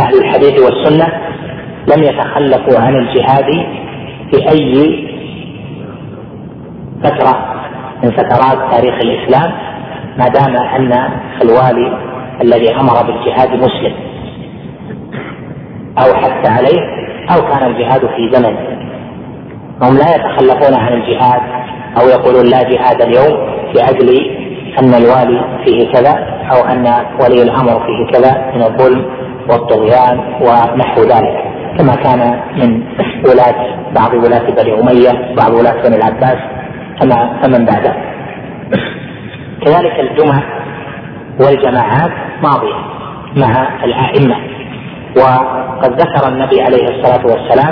أهل الحديث والسنة لم يتخلفوا عن الجهاد في أي فترة من فترات تاريخ الإسلام، ما دام أن الوالي الذي أمر بالجهاد مسلم أو حث عليه أو كان الجهاد في زمن. هم لا يتخلفون عن الجهاد أو يقولون لا جهاد اليوم لأجل أن الوالي فيه كذا أو أن ولي الأمر فيه كذا من الظلم والطغيان ونحو ذلك، كما كان من بعض ولاة بني أمية، بعض ولاة بني العباس فمن بعده. كذلك الجمع والجماعات ماضية مع الأئمة، وقد ذكر النبي عليه الصلاة والسلام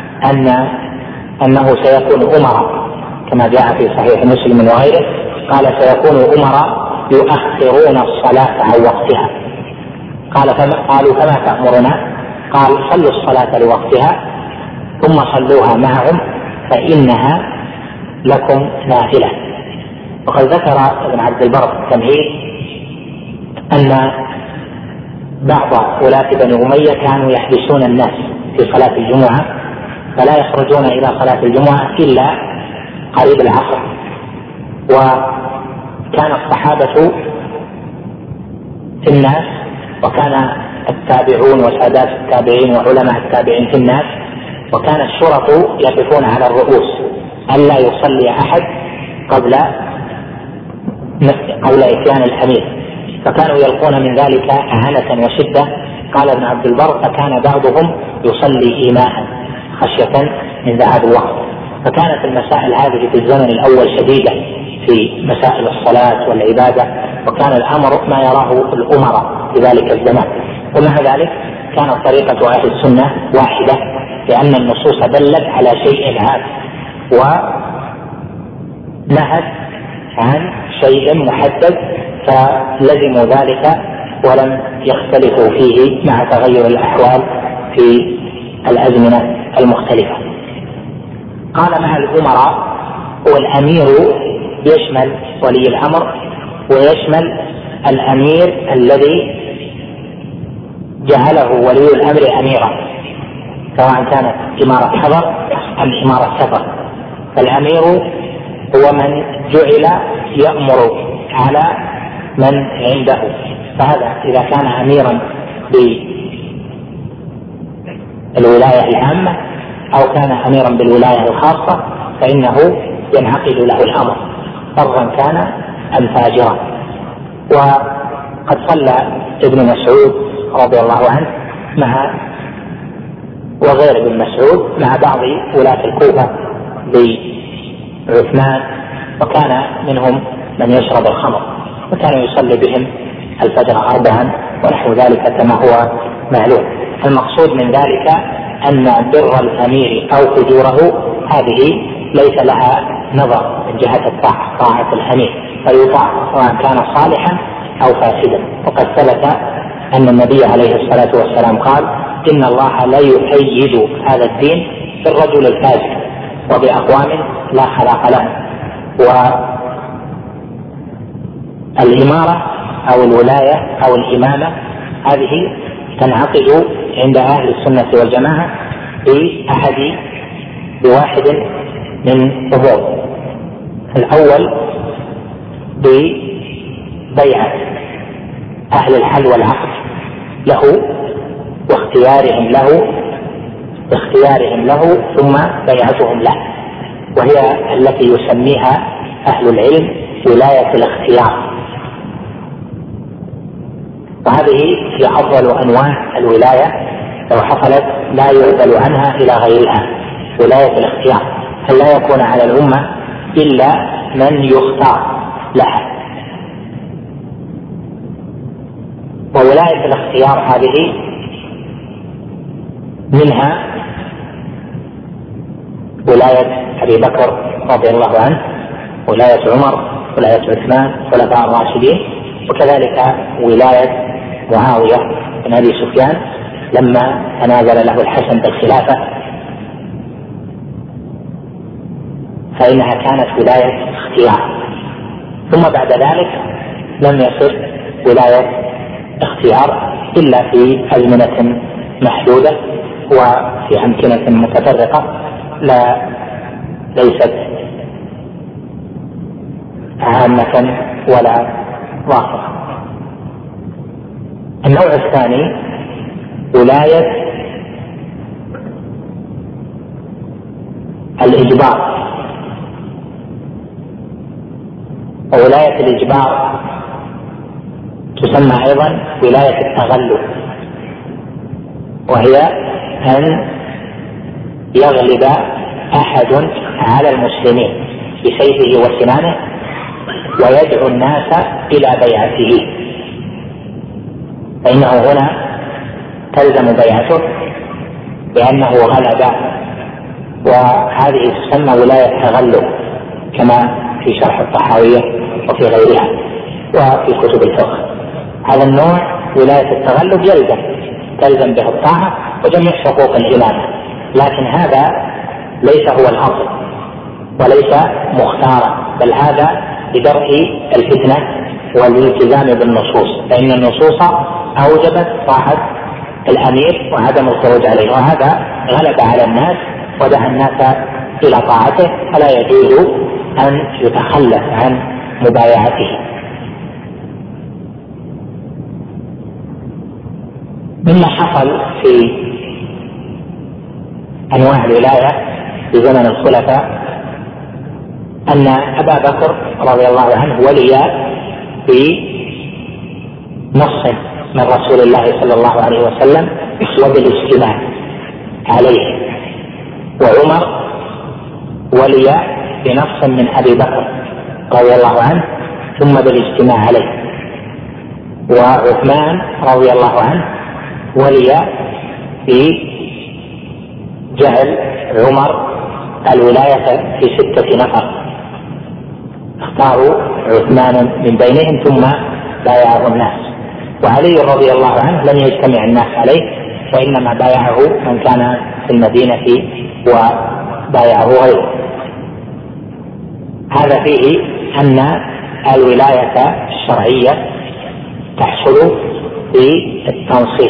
أنه سيكون أمراء كما جاء في صحيح مسلم وغيره، قال سيكون أمراء يؤخرون الصلاة عن وقتها. قالوا فما تأمرنا؟ قال صلوا الصلاة لوقتها ثم صلوها معهم فإنها لكم نافلة. وقد ذكر ابن عبد البر في التمهيد أن بعض ولاة بني أمية كانوا يحبسون الناس في صلاة الجمعة فلا يخرجون إلى صلاة الجمعة إلا قريب العصر، وكان الصحابة في الناس وكان التابعون وسادات التابعين وعلماء التابعين في الناس، وكان الشرط يقفون على الرؤوس ألا يصلي أحد قبل إتيان الأمير، فكانوا يلقون من ذلك أهانة وشدة. قال ابن عبد البر فكان بعضهم يصلي إيماء خشية من ذهاب الوقت. فكانت المسائل هذه في الزمن الأول شديدة في مسائل الصلاة والعبادة، وكان الأمر ما يراه الأمراء في ذلك الزمان. ومع ذلك كانت طريقة أهل السنة واحدة، لأن النصوص دلت على شيء عام ونهت عن شيء محدد فلزموا ذلك ولم يختلفوا فيه مع تغير الأحوال في الأزمنة المختلفة. قال مع الأمراء والأمير يشمل ولي الأمر ويشمل الأمير الذي جعله ولي الأمر أميرا، سواء كانت إمارة حضر أم إمارة سفر. فالأمير هو من جعل يأمر على من عنده، فهذا إذا كان أميرا بالولاية العامة أو كان أميرا بالولاية الخاصة فإنه ينعقد له الأمر برا كان أم فاجرا. وقد صلى ابن مسعود رضي الله عنه وغير ابن مسعود مع بعض ولاة الكوفة بعثمان، وكان منهم من يشرب الخمر، وكان يصلي بهم الفجر 4 ونحو ذلك كما هو معلوم. المقصود من ذلك أن بر الأمير أو فجوره هذه ليس لها نظر من جهة الطاعة، طاعة الأمير فيطاع سواء كان صالحا أو فاسدا. وقد ثبت أن النبي عليه الصلاة والسلام قال إن الله لا يؤيد هذا الدين بالرجل الفاجر وبأقوام لا خلاق لهم. والإمارة أو الولاية أو الإمامة هذه تنعقد عند أهل السنة والجماعة بواحد من أمور. الأول ببيعة أهل الحل والعقد له واختيارهم له ثم بيعتهم له، وهي التي يسميها أهل العلم ولاية الاختيار، وهذه هي أفضل أنواع الولاية لو حصلت لا يعدل عنها إلى غيرها. ولاية الاختيار أن لا يكون على الأمة إلا من يختار لها. وولاية الاختيار هذه منها ولاية أبي بكر رضي الله عنه، ولاية عمر، ولاية عثمان خلفاء الراشدين، وكذلك ولاية معاوية بن أبي سفيان لما تنازل له الحسن بالخلافة، فإنها كانت ولاية اختيار. ثم بعد ذلك لم يصل ولاية اختيار إلا في أزمنة محدودة وفي أمكنة متفرقة ليست عامة ولا ظاهرة. النوع الثاني ولاية الإجبار. وولاية الإجبار تسمى أيضا ولاية التغلب، وهي أن يغلب أحد على المسلمين بسيفه وسنانه ويدعو الناس إلى بيعته، فإنه هنا تلزم بيعته لأنه غلب، وهذه تسمى ولاية تغلب كما في شرح الطحاوية وفي غيرها وفي كتب الفقه. هذا النوع ولاية التغلب تلزم به الطاعة وجميع حقوق الإمامة، لكن هذا ليس هو الأصل وليس مختارا، بل هذا لدرء الفتنة والالتزام بالنصوص، فإن النصوص أوجبت طاعة الأمير وعدم الخروج عليه، وهذا غلب على الناس ودعا الناس إلى طاعته، فلا يجوز أن يتخلف عن مبايعته. مما حصل في أنواع الولاية في زمن الخلفاء أن أبا بكر رضي الله عنه ولي بنص من رسول الله صلى الله عليه وسلم وبالاجتماع عليه، وعمر ولي بنص من أبي بكر رضي الله عنه ثم بالاجتماع عليه، وعثمان رضي الله عنه ولي بجعل عمر الولاية في 6 نفر، اختاروا عثمان من بينهم ثم بايعه الناس، وعلي رضي الله عنه لم يجتمع الناس عليه، فإنما بايعه من كان في المدينة وبايعه غيره. هذا فيه أن الولاية الشرعية تحصل بالتنصيص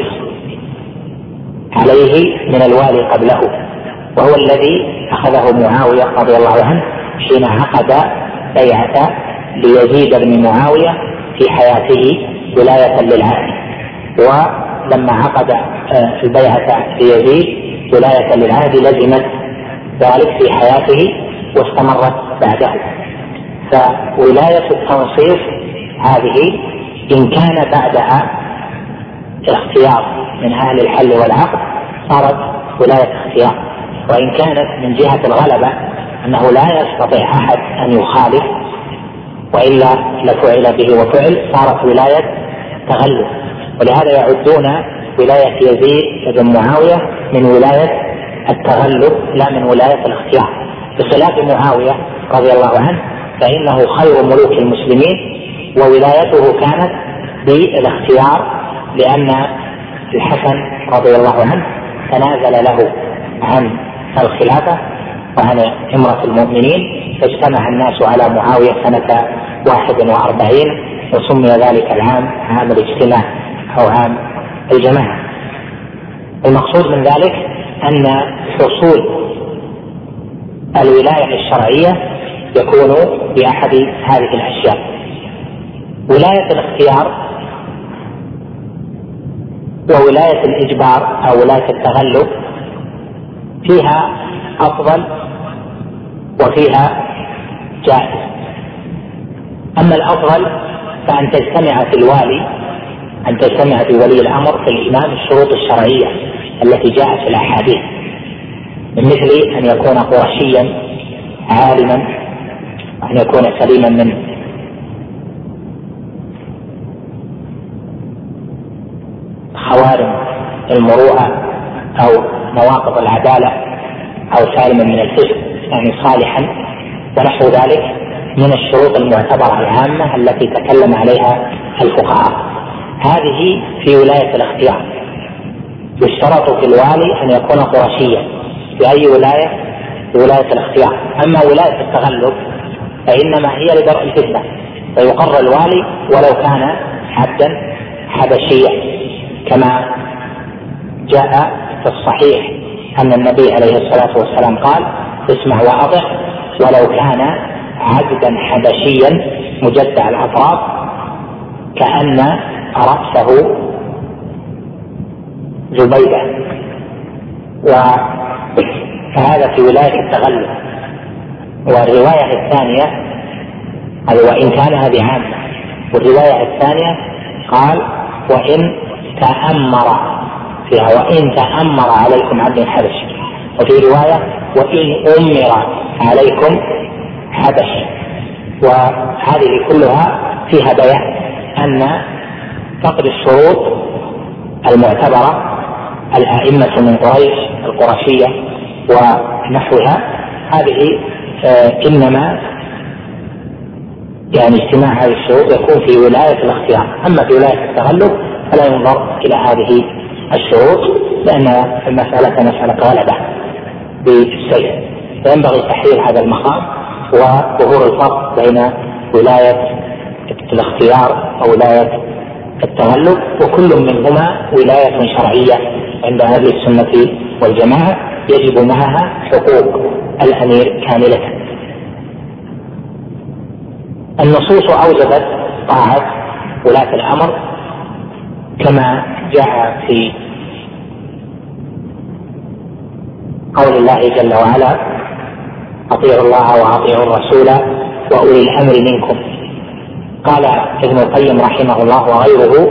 عليه من الوالي قبله، وهو الذي أخذه معاوية رضي الله عنه حين عقد بيعة ليزيد بن معاوية في حياته ولاية للعهد، ولما عقد البيعة ليزيد ولاية للعهد لزمت ذلك في حياته واستمرت بعده. فولاية التنصيص هذه إن كان بعدها اختيار من أهل الحل والعقد صارت ولاية اختيار، وإن كانت من جهة الغلبة أنه لا يستطيع أحد أن يخالف وإلا لفعل به وفعل صارت ولاية تغلب. ولهذا يعدون ولاية يزيد بن معاوية من ولاية التغلب لا من ولاية الاختيار، بخلاف معاوية رضي الله عنه فإنه خير ملوك المسلمين وولايته كانت بالاختيار، لأن الحسن رضي الله عنه تنازل له عن الخلافة وعن إمرة المؤمنين، فاجتمع الناس على معاوية سنة 41 وسمي ذلك العام عام الاجتماع أو عام الجماعة. المقصود من ذلك أن حصول الولاية الشرعية يكون بأحد هذه الأشياء. ولاية الاختيار وولاية الإجبار أو ولاية التغلب فيها أفضل وفيها جائز. أما الأفضل فأن تجتمع في الوالي، أن تجتمع في ولي الأمر في الإمام الشروط الشرعية التي جاءت في الأحاديث، من مثل أن يكون قرشيا عالما، وأن يكون سليما من خوارم المروءة أو نواقض العدالة أو سالما من الفسق، يعني صالحا ونحو ذلك من الشروط المعتبرة العامة التي تكلم عليها الفقهاء. هذه في ولاية الاختيار. يشترط في الوالي أن يكون قرشيا في أي ولاية؟ في ولاية الاختيار. أما ولاية التغلب فإنما هي لدرء الفتنة، فيقر الوالي ولو كان عبدا حبشيا كما جاء في الصحيح أن النبي عليه الصلاة والسلام قال: اسمع وأطع ولو كان عبدا حبشيا مجدع الأطراف كأن رأسه زبيدة. وهذا في ولاية التغلب. والرواية الثانية هذا وإن كان هذه عامة، والرواية الثانية قال: وإن تأمر فيها وإن تأمر عليكم عبد حبشي، وفي رواية وإن أمر عليكم حبشي. وهذه كلها فيها بيان أن فقد الشروط المعتبرة الأئمة من قريش القرشية ونحوها هذه إنما يعني اجتماع هذه الشروط يكون في ولاية الاختيار. أما في ولاية التغلب فلا ينظر إلى هذه الشروط لأن المسألة مسألة غلبة بالسيف، فينبغي تحرير هذا المقام وظهور الفرق بين ولاية الاختيار وولاية التغلب، وكل منهما ولاية شرعية عند أهل السنة والجماعة يجب معها حقوق الأمير كاملة. النصوص أوجبت طاعة ولاة الأمر كما جاء في قول الله جل وعلا: أطيعوا الله وأطيعوا الرسول وأولي الأمر منكم. قال ابن القيم رحمه الله وغيره: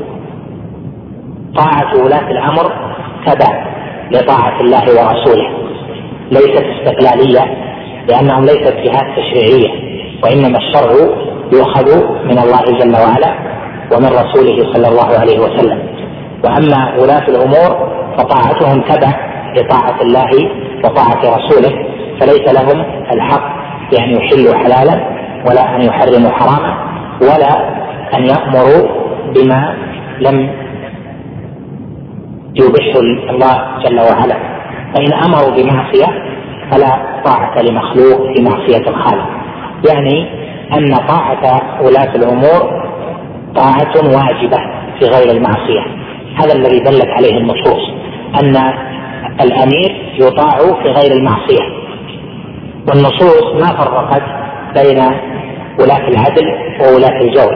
طاعة ولاة الأمر تبع لطاعة الله ورسوله، ليست استقلالية لأنهم ليست جهات تشريعية، وإنما الشرع يؤخذ من الله جل وعلا ومن رسوله صلى الله عليه وسلم. وأما ولاة الأمور فطاعتهم تبع لطاعة الله وطاعة رسوله، فليس لهم الحق بأن يحلوا حلالا ولا أن يحرموا حراما ولا أن يأمروا بما لم يبشه الله جل وعلا. فإن أمروا بمعصية فلا طاعة لمخلوق في معصية الخالق، يعني أن طاعة ولاة الأمور طاعة واجبة في غير المعصية. هذا الذي دلت عليه النصوص، أن الأمير يطاع في غير المعصية. والنصوص ما فرقت بين ولاة العدل وولاة الجور،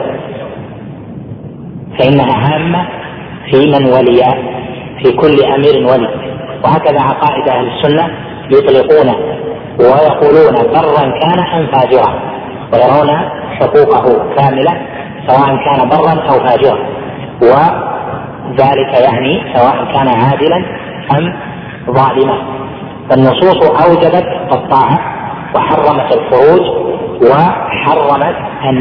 فإنها عامة في من ولي، في كل أمير ولي. وهكذا عقائد أهل السنة يطلقونه ويقولون برا كان أم فاجرا، ويرون حقوقه كاملة سواء كان برا أو فاجرا، وذلك يعني سواء كان عادلا أم ظالما. فالنصوص أوجبت الطاعة وحرمت الخروج وحرمت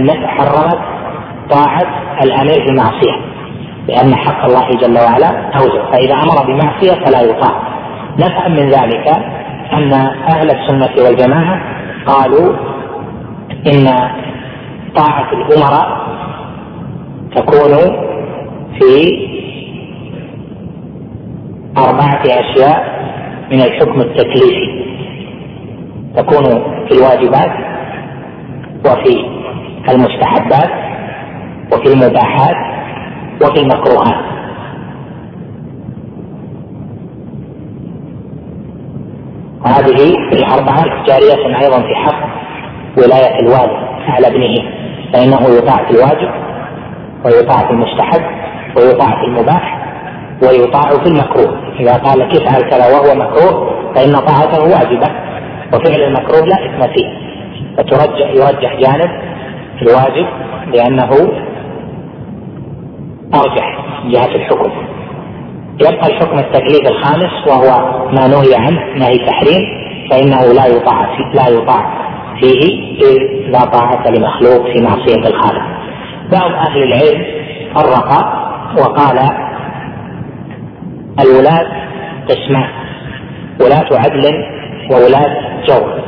طاعة الأمير في المعصية، لأن حق الله جل وعلا أوجب، فإذا أمر بمعصية فلا يطاع. نفهم من ذلك أن أهل السنة والجماعة قالوا إن طاعة الأمراء تكون في 4 أشياء من الحكم التكليفي، تكون في الواجبات وفي المستحبات وفي المباحات وفي المكروهات. وهذه ال4 جارية أيضا في حق ولاية الوالد على ابنه، فإنه يطاع في الواجب ويطاع في المستحب ويطاع في المباح ويطاع في المكروه. إذا قال لك افعل كذا وهو مكروه فإن طاعته واجبة، وفعل المكروه لا إثم فيه، يرجح جانب الواجب لأنه أرجح من جهة الحكم. يبقى الحكم التكليف الخامس وهو ما نهي عنه نهي تحريم، فإنه لا يطاع فيه إذ لا طاعة لمخلوق في معصية الخالق. بعض أهل العلم فرق وقال الولاة قسمان: ولاة عدل وولاة جور.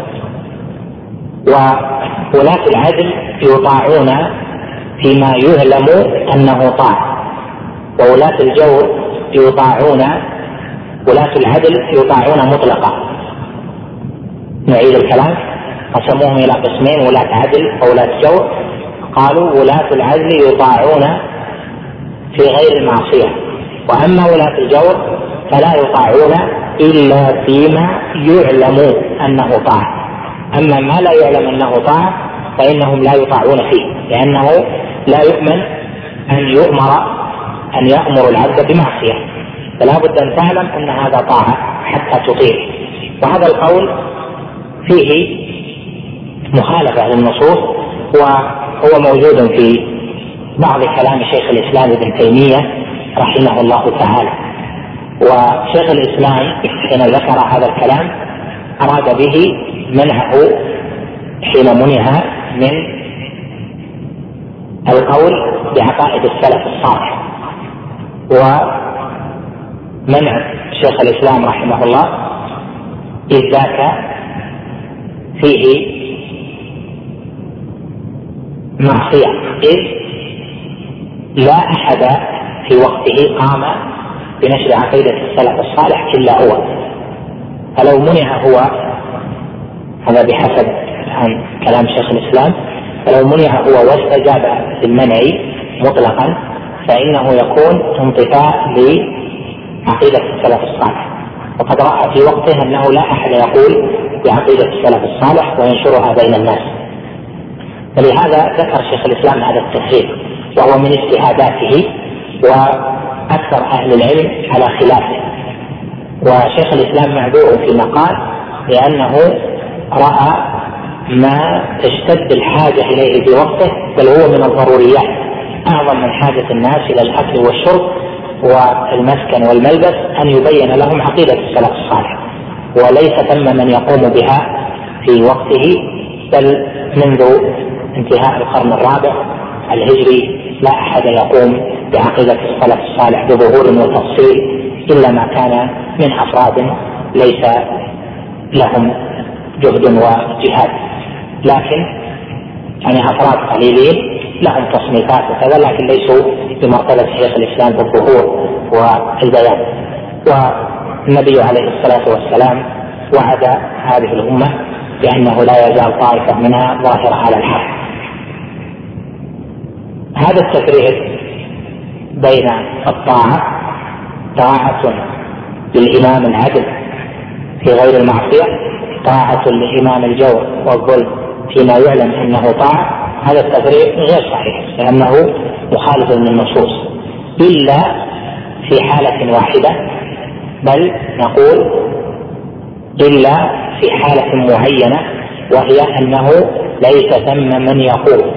وولاة العدل يطاعون فيما يعلم أنه طاعة، وولاة الجور ولاة العدل يطاعون مطلقا. نعيد الكلام: قسموهم إلى قسمين: ولاة عدل وولاة جور. قالوا ولاة العدل يطاعون في غير المعصية، وأما ولاة الجور فلا يطاعون إلا فيما يعلم أنه طاعة. أما ما لا يعلم أنه طاعة فإنهم لا يطاعون فيه، لأنه لا يؤمن أن يأمر العبد بمعصية، فلا بد أن تعلم أن هذا طاعة حتى تطيع. وهذا القول فيه مخالفة للنصوص، وهو موجود في بعض كلام شيخ الإسلام ابن تيمية رحمه الله تعالى. وشيخ الإسلام حين ذكر هذا الكلام أراد به منعه حين منع من القول بعقائد السلف الصالح. ومنع شيخ الإسلام رحمه الله إذ ذاك فيه معصية، إذ لا أحد في وقته قام بنشر عقيدة السلف الصالح إلا هو. فلو منع هو، هذا بحسب عن كلام شيخ الإسلام، فلو منع هو واستجاب للمنع مطلقا فإنه يكون انطفاء بعقيدة السلف الصالح. وقد رأى في وقته أنه لا أحد يقول بعقيدة السلف الصالح وينشرها بين الناس، فلهذا ذكر شيخ الإسلام هذا التفريق، وهو من اجتهاداته وأكثر أهل العلم على خلافه. وشيخ الإسلام معذور فيما قال، لأنه رأى ما تشتد الحاجة إليه في وقته، بل هو من الضروريات، أعظم من حاجة الناس إلى الأكل والشرب والمسكن والملبس أن يبين لهم عقيدة السلف الصالح، وليس ثم من يقوم بها في وقته، بل منذ انتهاء القرن الرابع الهجري لا أحد يقوم بعقيدة السلف الصالح بظهور وتفصيل إلا ما كان من أفراد ليس لهم جهد وجهاد، لكن يعني أفراد قليلين لهم تصنيفات وكذا، لكن ليسوا بمرتبة شيخ الإسلام في الظهور والبيان. والنبي عليه الصلاة والسلام وعد هذه الأمة بأنه لا يزال طائفة منها ظاهرة على الحق. هذا التفريق بين الطاعة، طاعة للإمام العدل في غير المعصية، طاعة لإمام الجور والظلم فيما يعلم أنه طاعة، هذا التفريق غير صحيح، لأنه مخالف للنصوص إلا في حالة واحدة، بل نقول إلا في حالة معينة، وهي أنه ليس ثم من يقول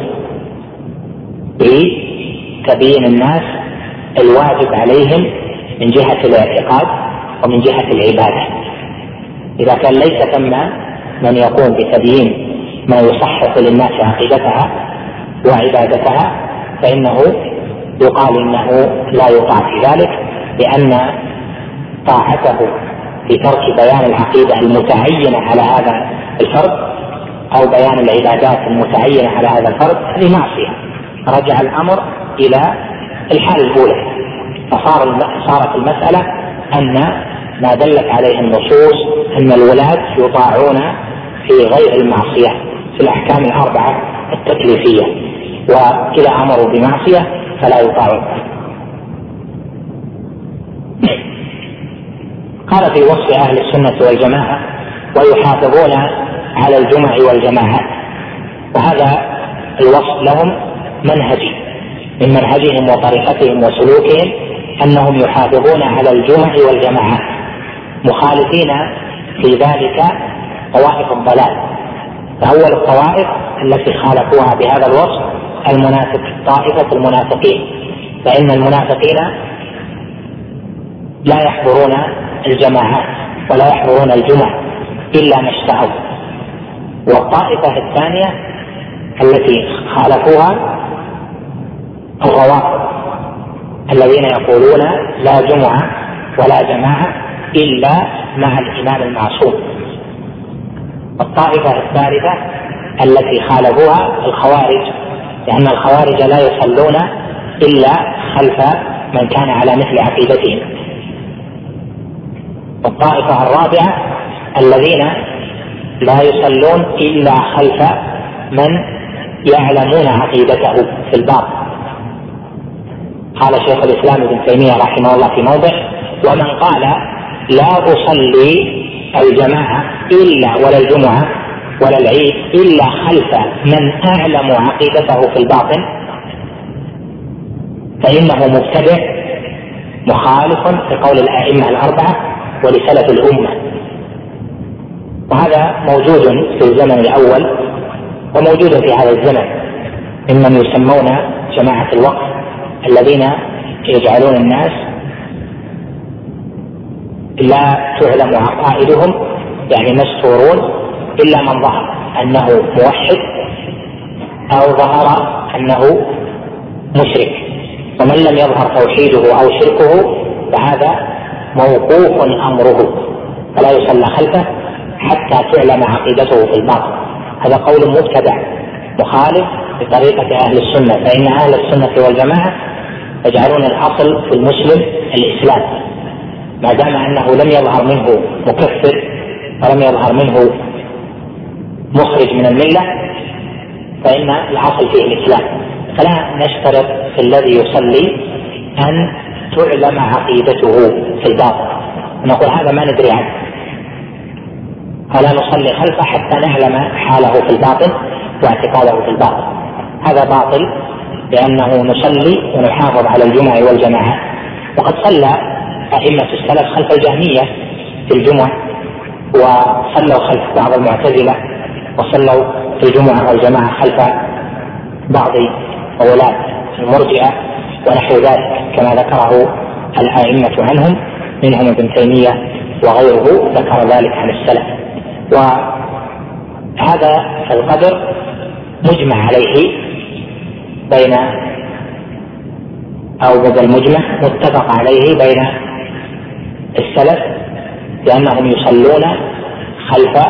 بتبيين الناس الواجب عليهم من جهة الاعتقاد ومن جهة العبادة. إذا كان ليس ثم من يقوم بتبيين ما يصحح للناس عقيدتها وعبادتها فإنه يقال إنه لا يطاع في ذلك، لأن طاعته في ترك بيان العقيدة المتعينة على هذا الفرد أو بيان العبادات المتعينة على هذا الفرد هذه معصية. رجع الأمر إلى الحالة الأولى، فصارت المسألة أن ما دلت عليه النصوص أن الولاة يطاعون في غير المعصية في الأحكام الأربعة التكليفية، وإذا أمروا بمعصية فلا يطاعون. قال في وصف أهل السنة والجماعة: ويحافظون على الجمع والجماعات. وهذا الوصف لهم منهجي من منهجهم وطريقتهم وسلوكهم، أنهم يحافظون على الجمع والجماعات، مخالفين في ذلك طوائف الضلال. فأول الطوائف التي خالفوها بهذا الوصف طائفة المنافقين، فإن المنافقين لا يحضرون الجماعات ولا يحضرون الجمع إلا ما اشتهوا. والطائفة الثانية التي خالفوها الروافض الذين يقولون لا جمعة ولا جماعة إلا مع الإمام المعصوم. الطائفة الثالثة التي خالفوها الخوارج، لأن الخوارج لا يصلون إلا خلف من كان على مثل عقيدتهم. الطائفة الرابعة الذين لا يصلون إلا خلف من يعلمون عقيدته في الباطن. قال شيخ الإسلام ابن تيمية رحمه الله في موضع: ومن قال لا أصلي الجماعة ولا الجمعة ولا العيد إلا خلف من أعلم عقيدته في الباطن فإنه مبتدع مخالف لقول الأئمة الأربعة ولسلف الأمة. وهذا موجود في الزمن الأول وموجود في هذا الزمن ممن يسمون جماعة الوقف الذين يجعلون الناس لا تعلم عقائدهم، يعني مستورون إلا من ظهر أنه موحد أو ظهر أنه مشرك، ومن لم يظهر توحيده أو شركه فهذا موقوف أمره فلا يصلى خلفه حتى تعلم عقيدته في الباطن. هذا قول مبتدع مخالف بطريقة أهل السنة، فإن أهل السنة والجماعة يجعلون الأصل في المسلم الإسلام ما دام أنه لم يظهر منه مكفر ولم يظهر منه مخرج من الملة فإن الأصل فيه الإسلام. فلا نشترط في الذي يصلي أن تعلم عقيدته في الباطن، نقول هذا ما ندري عنه فلا نصلي خلفه حتى نعلم حاله في الباطن واعتقاده في الباطن. هذا باطل لأنه نصلي ونحافظ على الجمع والجماعة. وقد صلى أئمة السلف خلف الجهمية في الجمعة، وصلوا خلف بعض المعتزلة، وصلوا في الجمعة والجماعة خلف بعض ولاة المرجئة ونحو ذلك كما ذكره الأئمة عنهم، منهم ابن تيمية وغيره ذكر ذلك عن السلف. وهذا القدر مجمع عليه بين أو بدل مجمع متفق عليه بين السلف لأنهم يصلون خلف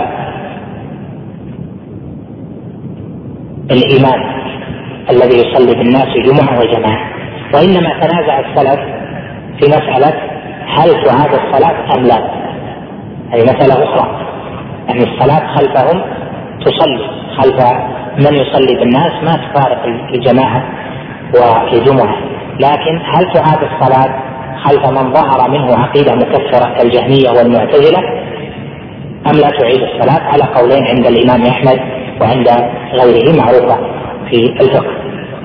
الإمام الذي يصلي بالناس جمعة وجماعة. وإنما تنازع السلف في مسألة هل تعاد الصلاة أم لا، هذه مسألة أخرى، يعني الصلاة خلفهم تصلي خلف من يصلي بالناس ما تفارق الجماعة والجمعة، لكن هل تعاد الصلاة خلف من ظهر منه عقيدة مكفرة كالجهمية والمعتزلة أم لا تعيد الصلاة؟ على قولين عند الإمام أحمد وعند غيره معروفة في الفقه.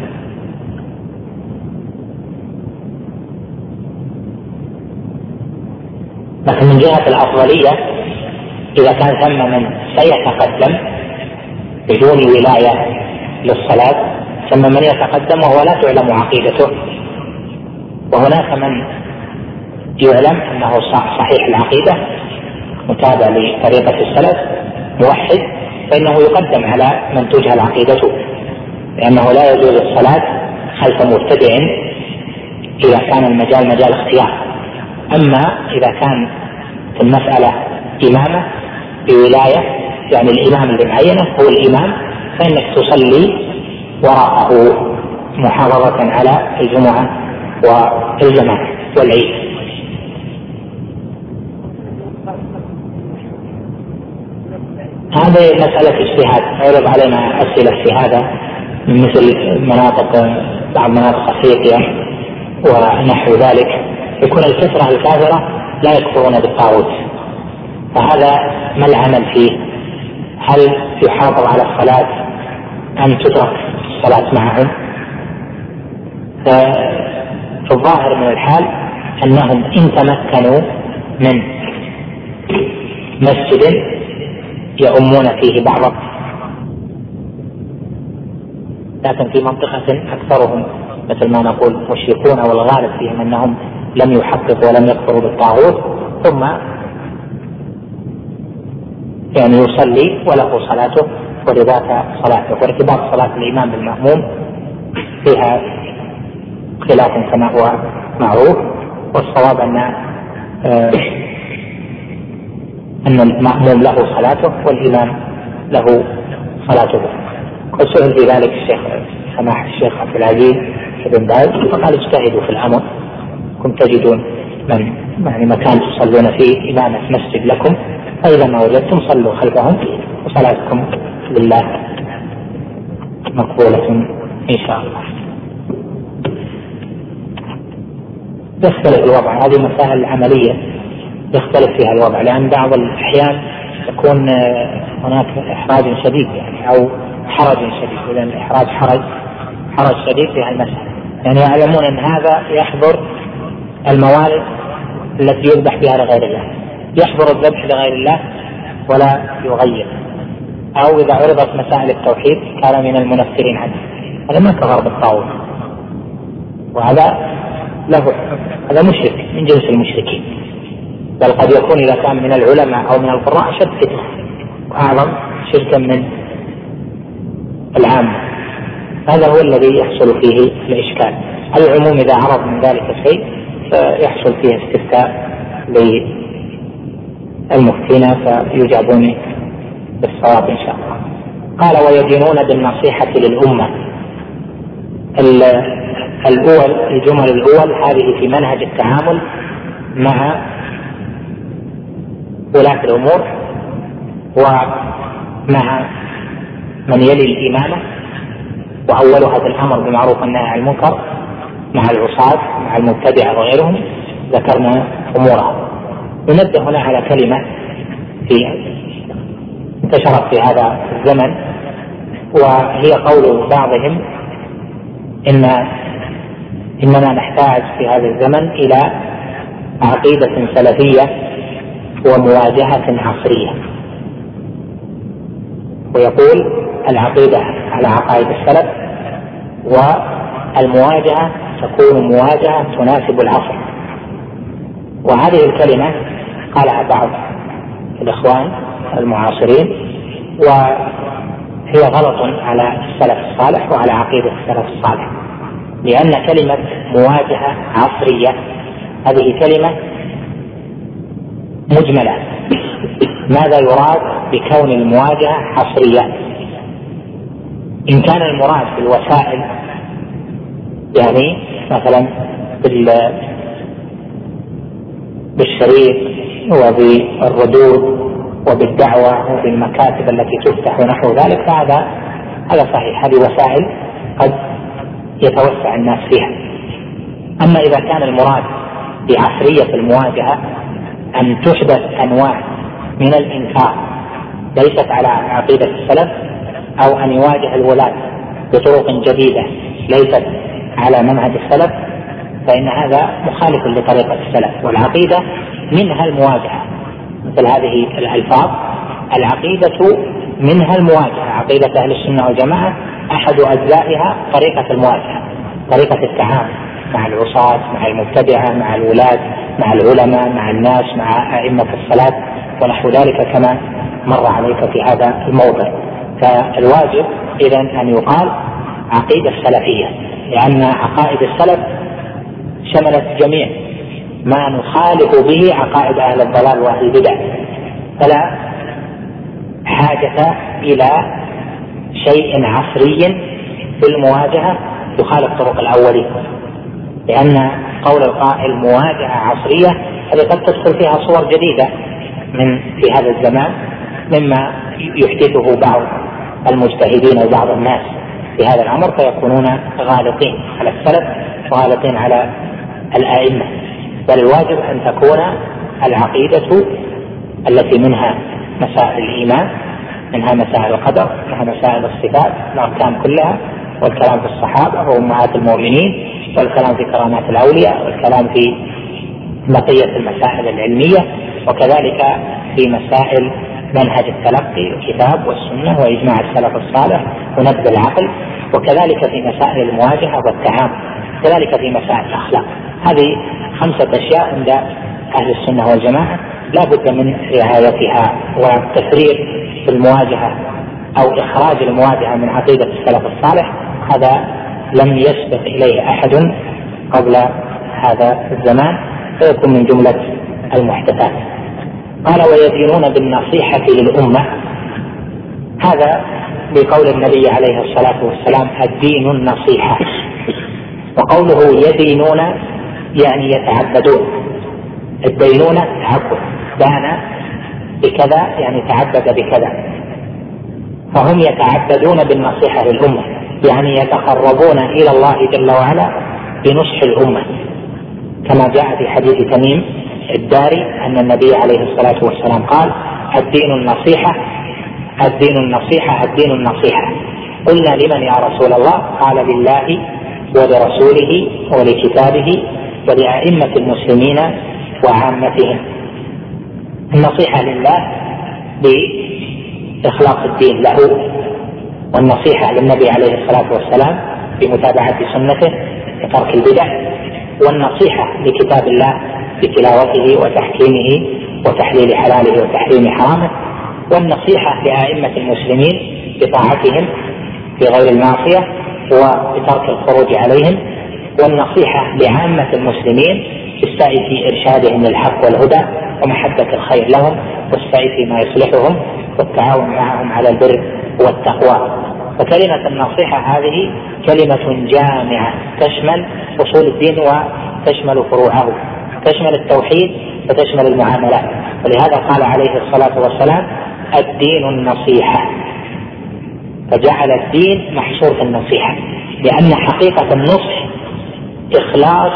لكن من جهة الأفضلية إذا كان ثم من سيتقدم بدون ولاية للصلاة ثم من يتقدم وهو لا تعلم عقيدته، وهناك من يعلم أنه صحيح العقيدة متابع لطريقة السلف موحد، فإنه يقدم على من تجهل عقيدته، لأنه لا يجوز الصلاة خلف مبتدع إذا كان المجال مجال اختيار. أما إذا كان في المسألة إمامة بولاية، يعني الإمام اللي معينه هو الإمام، فإنك تصلي وراءه محافظة على الجمعة والجماعة والعيد. هذه مسألة اجتهاد، يعرض علينا أسئلة في هذا من مثل بعض مناطق أفريقيا ونحو ذلك، يكون الفترة الكافرة لا يكفرون بالطاغوت، فهذا ما العمل فيه؟ هل يحافظ على الصلاة أم تترك الصلاة معهم؟ فالظاهر من الحال أنهم إن تمكنوا من مسجد يؤمون فيه بعض، لكن في منطقة أكثرهم مثل ما نقول مشركون والغالب فيهم أنهم لم يحققوا ولم يكفروا بالطاغوت، ثم يعني يصلي وله صلاته ولذاك صلاته. وارتباط صلاة الإمام بالمأموم فيها خلاف كما هو معروف، والصواب أن المأموم له صلاته والإمام له صلاته. وسئل في ذلك سماحة الشيخ عبد العزيز بن باز فقال اجتهدوا في الأمر، كنتم تجدون يعني مكان تصلون فيه إمامة مسجد لكم، فإذا ما وجدتم صلوا خلفهم وصلاتكم لله مقبولة إن شاء الله. يختلف الوضع. هذه مسائل عملية يختلف فيها الوضع، لأن بعض الأحيان يكون هناك إحراج شديد يعني أو حرج شديد. إذا الإحراج حرج شديد في المسألة، يعني يعلمون أن هذا يحضر الموالد التي يذبح بها لغير الله، يحضر الذبح لغير الله ولا يغير. أو إذا عرضت مسائل التوحيد كان من المنفرين عنه، هذا ما كفر بالطاغوت، وهذا هذا مشرك من جنس المشركين، بل قد يكون إذا كان من العلماء أو من القراء أشد فتنة وأعظم شركا من العامة. هذا هو الذي يحصل فيه الإشكال. العموم إذا عرض من ذلك شيء فيحصل فيه استفتاء للمفتين فيجابون بالصواب إن شاء الله. قال ويدينون بالنصيحة للأمة. الجمل الأول هذه في منهج التعامل مع ولاة الأمور ومع من يلي الإمامة، وأولها في الأمر بالمعروف والنهي عن المنكر مع العصاة مع المبتدعة وغيرهم، ذكرنا أمورها. ونبدأ هنا على كلمة انتشرت في هذا الزمن، وهي قول بعضهم إننا نحتاج في هذا الزمن إلى عقيدة سلفية ومواجهة عصرية. ويقول العقيدة على عقائد السلف، والمواجهة تكون مواجهة تناسب العصر. وهذه الكلمة قالها بعض الإخوان المعاصرين، وهي غلط على السلف الصالح وعلى عقيدة السلف الصالح، لأن كلمة مواجهة عصرية هذه كلمة مجملة. ماذا يراد بكون المواجهة عصرية؟ إن كان المراد بالوسائل يعني مثلا بالشريط وبالردود وبالدعوة وبالمكاتب التي تفتح ونحو ذلك، فهذا صحيح، هذه وسائل قد يتوسع الناس فيها. أما إذا كان المراد بعصرية المواجهة أن تحدث أنواع من الإنكار ليست على عقيدة السلف، أو أن يواجه الولاة بطرق جديدة ليست على منهج السلف، فإن هذا مخالف لطريقة السلف. والعقيدة منها المواجهة، مثل هذه الألفاظ العقيدة منها المواجهة. عقيدة أهل السنة والجماعة أحد أجزائها طريقة المواجهة، طريقة التعامل مع العصاة مع المبتدعة مع الولاة مع العلماء مع الناس مع أئمة الصلاة ونحو ذلك كما مر عليك في هذا الموضع. فالواجب إذن أن يقال عقيدة السلفية، لأن عقائد السلف شملت جميع ما نخالف به عقائد أهل الضلال وأهل البدع، فلا حاجة إلى شيء عصري في المواجهة يخالف طرق الأولين، لأن قول القائل مواجهة عصرية هذه قد تدخل فيها صور جديدة في هذا الزمان مما يحدثه بعض المجتهدين وبعض الناس في هذا الأمر، فيكونون غالطين على السلف وغالطين على الأئمة. بل الواجب أن تكون العقيدة التي منها مسائل الإيمان، منها مسائل القدر، منها مسائل الصفات الأركان كلها، والكلام في الصحابة وأمهات المؤمنين، والكلام في كرامات الأولياء، والكلام في بقية المسائل العلمية، وكذلك في مسائل منهج التلقي الكتاب والسنة وإجماع السلف الصالح ونبذ العقل، وكذلك في مسائل المواجهة والتعامل، كذلك في مسائل الأخلاق. هذه 5 أشياء عند أهل السنة والجماعة لا بد من رعايتها، والتفريط في المواجهة أو إخراج المواجهة من عقيدة السلف الصالح هذا لم يسبق إليه أحد قبل هذا الزمان، فيكون من جملة المحدثات. قال ويدينون بالنصيحة للأمة، هذا بقول النبي عليه الصلاة والسلام الدين النصيحة. وقوله يدينون يعني يتعبدون، الدينونة تعبد، دان بكذا يعني تعبد بكذا، فهم يتعبدون بالنصيحة للأمة، يعني يتقربون إلى الله جل وعلا بنصح الأمة، كما جاء في حديث تميم الداري أن النبي عليه الصلاة والسلام قال: الدين النصيحة الدين النصيحة الدين النصيحة. قلنا: لمن يا رسول الله؟ قال: لله ولرسوله ولكتابه ولأئمة المسلمين وعامتهم. النصيحة لله بإخلاص الدين له، والنصيحة للنبي عليه الصلاة والسلام بمتابعة سنته وترك البدع، والنصيحة لكتاب الله بتلاوته وتحكيمه وتحليل حلاله وتحريم حرامه، والنصيحة لأئمة المسلمين بطاعتهم بغير المعصية وبترك الخروج عليهم، والنصيحة لعامة المسلمين بالسعي في إرشادهم للحق والهدى ومحبة الخير لهم والسعي فيما يصلحهم والتعاون معهم على البر والتقوى. فكلمة النصيحة هذه كلمة جامعة تشمل أصول الدين وتشمل فروعه، تشمل التوحيد وتشمل المعاملات. ولهذا قال عليه الصلاة والسلام: الدين النصيحة، فجعل الدين محصور في النصيحة، لأن حقيقة النصح إخلاص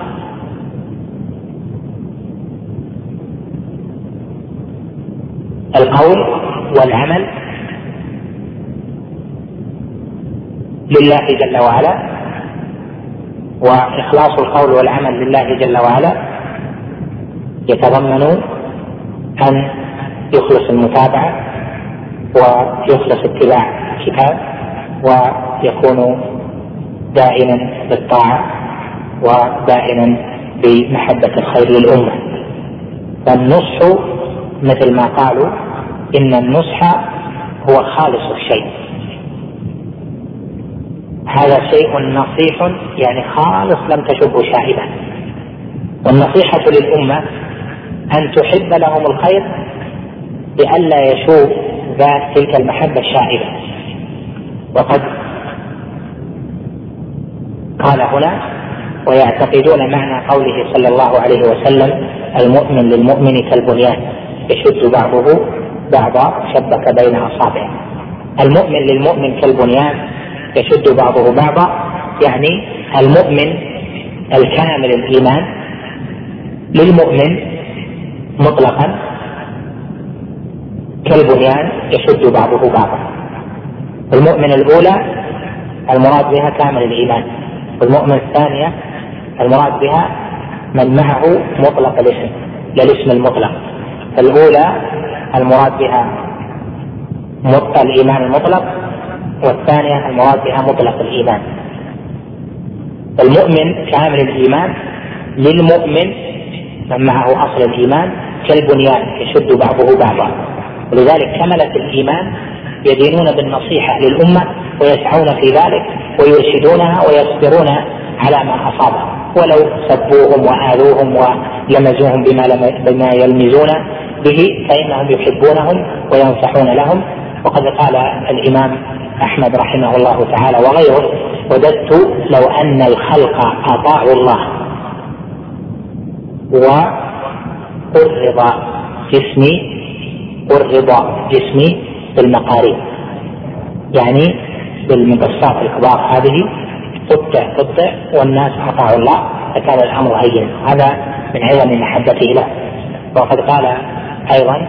القول والعمل لله جل وعلا، وإخلاص القول والعمل لله جل وعلا يتضمن أن يخلص المتابعة ويخلص اتباع الكتاب ويكون دائما بالطاعة ودائما بمحبة الخير للأمة. فالنصح مثل ما قالوا إن النصح هو خالص الشيء، هذا شيء نصيح يعني خالص لم تشبه شائبة. والنصيحة للأمة أن تحب لهم الخير لئلا يشوب ذات تلك المحبة الشائبة. وقد قال هنا: ويعتقدون معنى قوله صلى الله عليه وسلم: المؤمن للمؤمن كالبنيان يشد بعضه بعضا شبك بين أصابعه. المؤمن للمؤمن كالبنيان يشد بعضه بعضا، يعني المؤمن الكامل الإيمان للمؤمن مطلقا كالبنيان يشد بعضه بعضا. المؤمن الأولى المراد بها كامل الإيمان، والمؤمن الثانية المراد بها من معه مطلق الاسم للاسم المطلق. الأولى المراد بها الإيمان المطلق، والثانية المراد بها مطلق الإيمان. المؤمن كامل الإيمان للمؤمن من معه أصل الإيمان كالبنيان يشد بعضه بعضا. ولذلك كملة الإيمان يدينون بالنصيحة للأمة ويسعون في ذلك ويرشدونها ويصبرون على ما أصابهم، ولو سبوهم وآذوهم ولمزوهم بما يلمزون به فإنهم يحبونهم وينصحون لهم. وقد قال الإمام أحمد رحمه الله تعالى وغيره: وددت لو أن الخلق أطاعوا الله وقرض جسمي بالمقارير، يعني بالمقصات الكبار هذه قطع والناس أطاعوا الله فكان الأمر هين. هذا من عظم محبته له. وقد قال أيضا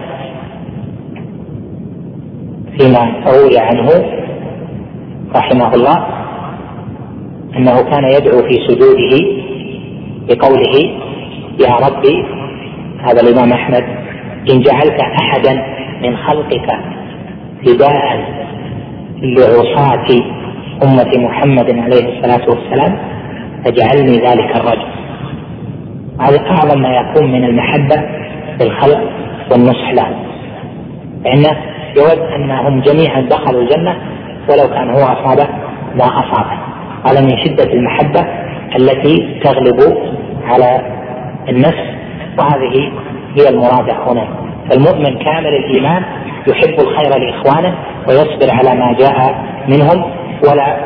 فيما روي عنه رحمه الله أنه كان يدعو في سجوده بقوله: يا ربي، هذا الإمام أحمد، إن جعلت أحدا من خلقك فداء لعصاة أمة محمد عليه الصلاة والسلام فاجعلني ذلك الرجل. هذا أعظم ما يكون من المحبة للخلق والنصح له، فإنه يود أنهم جميعا دخلوا الجنة ولو كان هو أصابه ما أصابه. هذا من شدة المحبة التي تغلب على النفس، وهذه هي المرادة هنا. فالمؤمن كامل الإيمان يحب الخير لإخوانه ويصبر على ما جاء منهم، ولا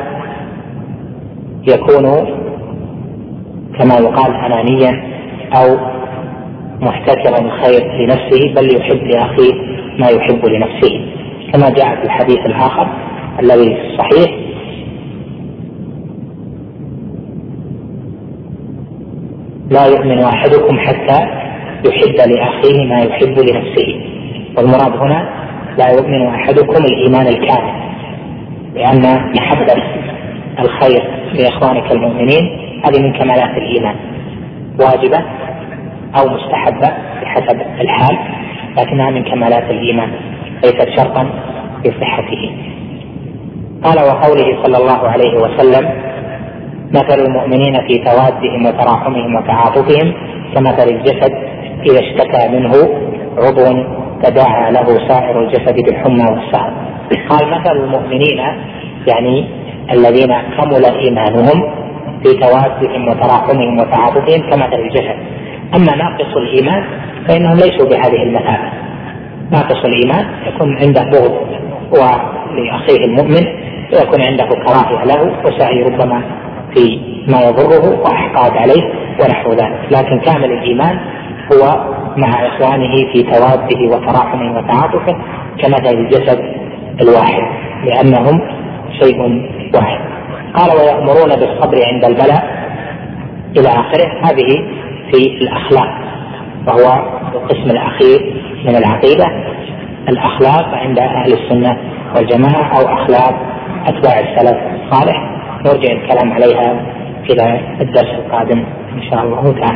يكون كما يقال أنانيا أو محتكرا الخير لنفسه، بل يحب لأخيه ما يحب لنفسه، كما جاء في الحديث الآخر الذي في الصحيح: لا يؤمن أحدكم حتى يحب لأخيه ما يحب لنفسه. والمراد هنا لا يؤمن أحدكم الإيمان الكامل، لأن محبة الخير لإخوانك المؤمنين هذه من كمالات الإيمان، واجبة أو مستحبة بحسب الحال، لكنها من كمالات الإيمان ليست شرطا في صحته. قال: وقوله صلى الله عليه وسلم: مثل المؤمنين في توادهم وتراحمهم وتعاطفهم كمثل الجسد إذا اشتكى منه عضو تداعى له سائر الجسد بالحمى والسهر. قال: مثل المؤمنين يعني الذين كمل إيمانهم في توادهم وتراحمهم وتعاطفهم كمثل الجسد. أما ناقص الإيمان فإنهم ليسوا بهذه المثابة. ناقص الإيمان يكون عنده بغض ولأخيه المؤمن، ويكون عنده كراهية له وسعي ربما في ما يضره وأحقاد عليه ونحو ذلك. لكن كامل الإيمان هو مع إخوانه في تواده وتراحمه وتعاطفه كمثل الجسد الواحد، لأنهم شيء واحد. قال: ويأمرون بالصبر عند البلاء إلى آخره. هذه في الأخلاق، وهو القسم الأخير من العقيدة، الأخلاق عند أهل السنة والجماعة أو أخلاق أتباع السلف الصالح. نرجع الكلام عليها في الدرس القادم إن شاء الله تعالى.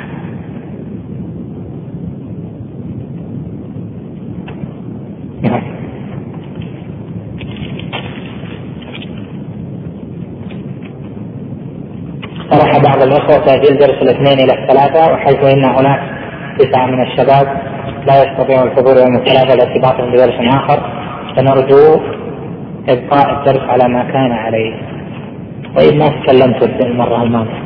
طرح بعض الأخوة تأجيل درس الاثنين إلى الثلاثة، وحيث إن هناك 9 من الشباب لا يستطيعون الحضور يوم الثلاثاء لارتباطهم بدرس آخر، فنرجو إبقاء الدرس على ما كان عليه. طيب، ما تكلمت المرة الماضية،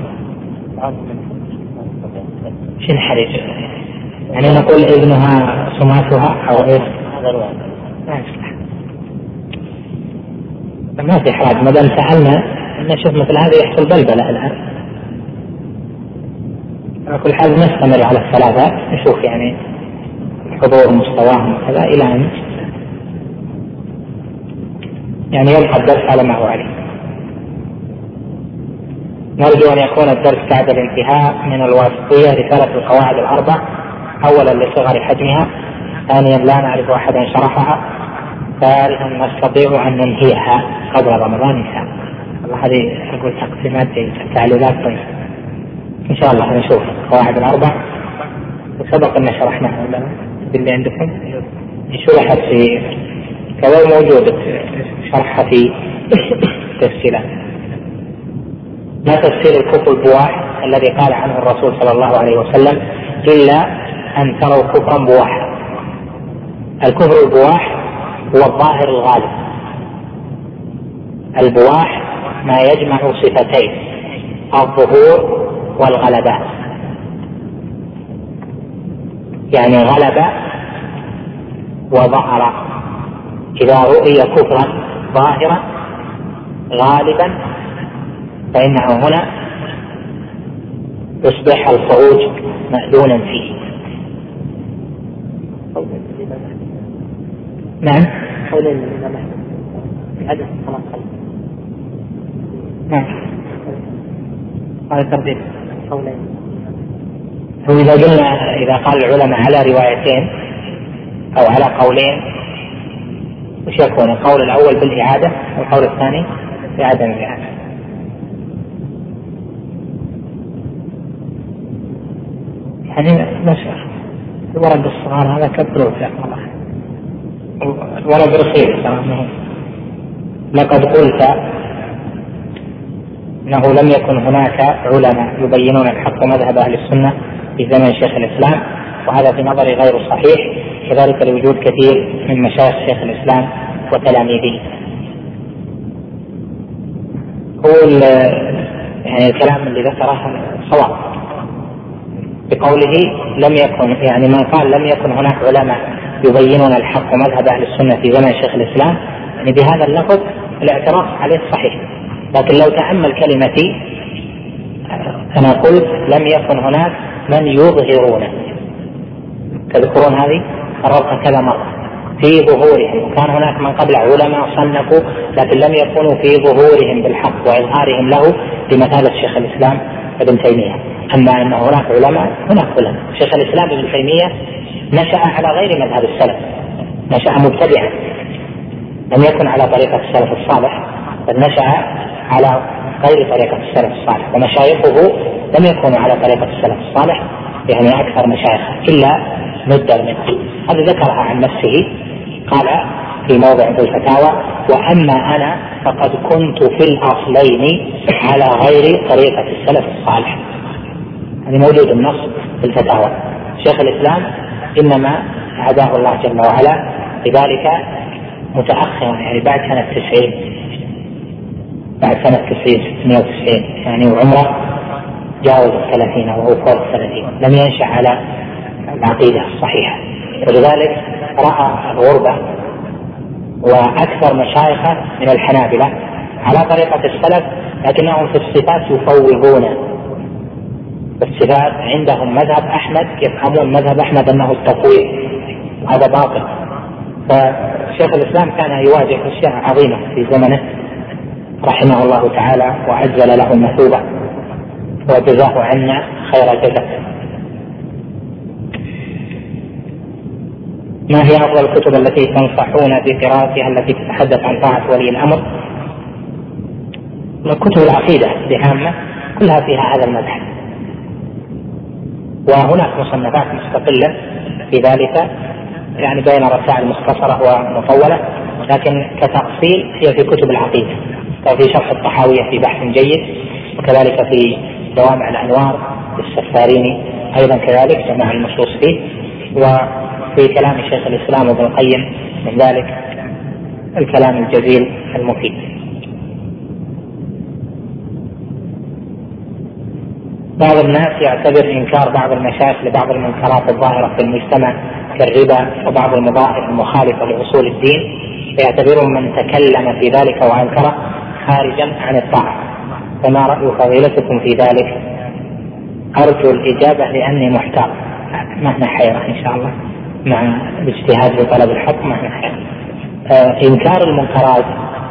شن حرج؟ يعني نقول ابنها صماتها أو إيه؟ ما في حاجة، ما دام سألنا نشوف مثل هذا يحصل بلبلة الآن. على كل حال نستمر على الثلاثة، نشوف يعني الحضور مستواهم وكذا إلى أن يعني يبقى الدرس على ما هو عليه. نرجو أن يكون الدرس بعد الانتهاء من الواسطية رسالة القواعد الأربع، أولا لصغر حجمها، ثانيا لا نعرف أحدا شرحها، ثالثا نستطيع أن ننهيها قبل رمضان إن شاء الله. هذه أقول تقسيمات تعليلات. طيب إن شاء الله نشوف القواعد الأربع، وسبق أن شرحناها ولا باللي عندكم شرحت في كذا، موجود شرحها في تفسيرات. لا تفسير الكفر البواح الذي قال عنه الرسول صلى الله عليه وسلم: إلا أن تروا كفرا بواحا. الكفر البواح هو الظاهر الغالب. البواح ما يجمع صفتين: الظهور والغلبات. يعني غلب وظهر. إذا رؤي كفرا ظاهرا غالبا فإنه هنا يصبح الخروج مأذونا فيه. نعم. نعم. هذا ترتيب. وإذا قلنا إذا قال العلماء على روايتين أو على قولين، وش يكون؟ القول الأول بالإعادة والقول الثاني بعدم الإعادة. يعني نشر الورق الصغار هذا كبروه يا الله، الورق رخيص ترى. لقد قلت إنه لم يكن هناك علماء يبينون الحق مذهب أهل السنة في زمن شيخ الإسلام، وهذا في نظري غير صحيح، كذلك لوجود كثير من مشايخ شيخ الإسلام وتلاميذه. هو يعني الكلام اللي ذكره صواب بقوله لم يكن، يعني من قال لم يكن هناك علماء يبينون الحق مذهب أهل السنة في زمن شيخ الإسلام، يعني بهذا اللفظ الاعتراف عليه صحيح. لكن لو تأمل كلمتي أنا قلت لم يكن هناك من يظهرون، تذكرون هذه قررتها كذا مرة، في ظهورهم. كان هناك من قبل علماء صنفوا لكن لم يكونوا في ظهورهم بالحق وإظهارهم له بمثابة شيخ الإسلام ابن تيمية. أما أن هناك علماء شيخ الإسلام ابن تيمية نشأ على غير مذهب السلف، نشأ مبتدعا، لم يكن على طريقة السلف الصالح، بل نشأ على غير طريقة السلف الصالح، ومشايخه لم يكونوا على طريقة السلف الصالح، يعني أكثر مشايخه إلا مدة منها. هذا ذكرها عن نفسه، قال في موضع في الفتاوى: وأما أنا فقد كنت في الأصلين على غير طريقة السلف الصالح. هذا موجود النص في الفتاوى. شيخ الإسلام إنما هداه الله جل وعلا لذلك متأخرا، يعني بعد سنة 90، بعد سنة 96 يعني، وعمره جاوز 30 وهو فوق 30، لم ينشأ على العقيدة الصحيحة، ولذلك رأى الغربة. وأكثر مشايخه من الحنابلة على طريقة السلف، لكنهم في الصفات يفوضون. الصفات عندهم مذهب أحمد، يفهمون مذهب أحمد أنه التفويض، وهذا باطل. فشيخ الإسلام كان يواجه أشياء عظيمة في زمنه رحمه الله تعالى، وعجل له المثوبة وجزاه عنا خير الجزاء. ما هي أفضل الكتب التي تنصحون بقراءتها التي تتحدث عن طاعة ولي الأمر؟ كتب العقيدة بعامة كلها فيها هذا المذهب، وهناك مصنفات مستقلة في ذلك، يعني بين رسائل مختصرة ومطولة، لكن كتفصيل هي في كتب العقيدة، وفي شرح الطحاوية في بحث جيد، وكذلك في جوامع الأنوار للسفاريني أيضا كذلك جمع النصوص فيه، وفي كلام شيخ الإسلام ابن القيم من ذلك الكلام الجزيل المفيد. بعض الناس يعتبر إنكار بعض المشايخ لبعض المنكرات الظاهرة في المجتمع كالربا وبعض المظاهر المخالفة لأصول الدين، يعتبرون من تكلم في ذلك وأنكره خارجا عن الطاعة، فما رأي فضيلتكم في ذلك؟ أرجو الإجابة لأني محتار. مهنا حيرة إن شاء الله مع الاجتهاد في طلب الحق، مهنا حيرة. إنكار المنكرات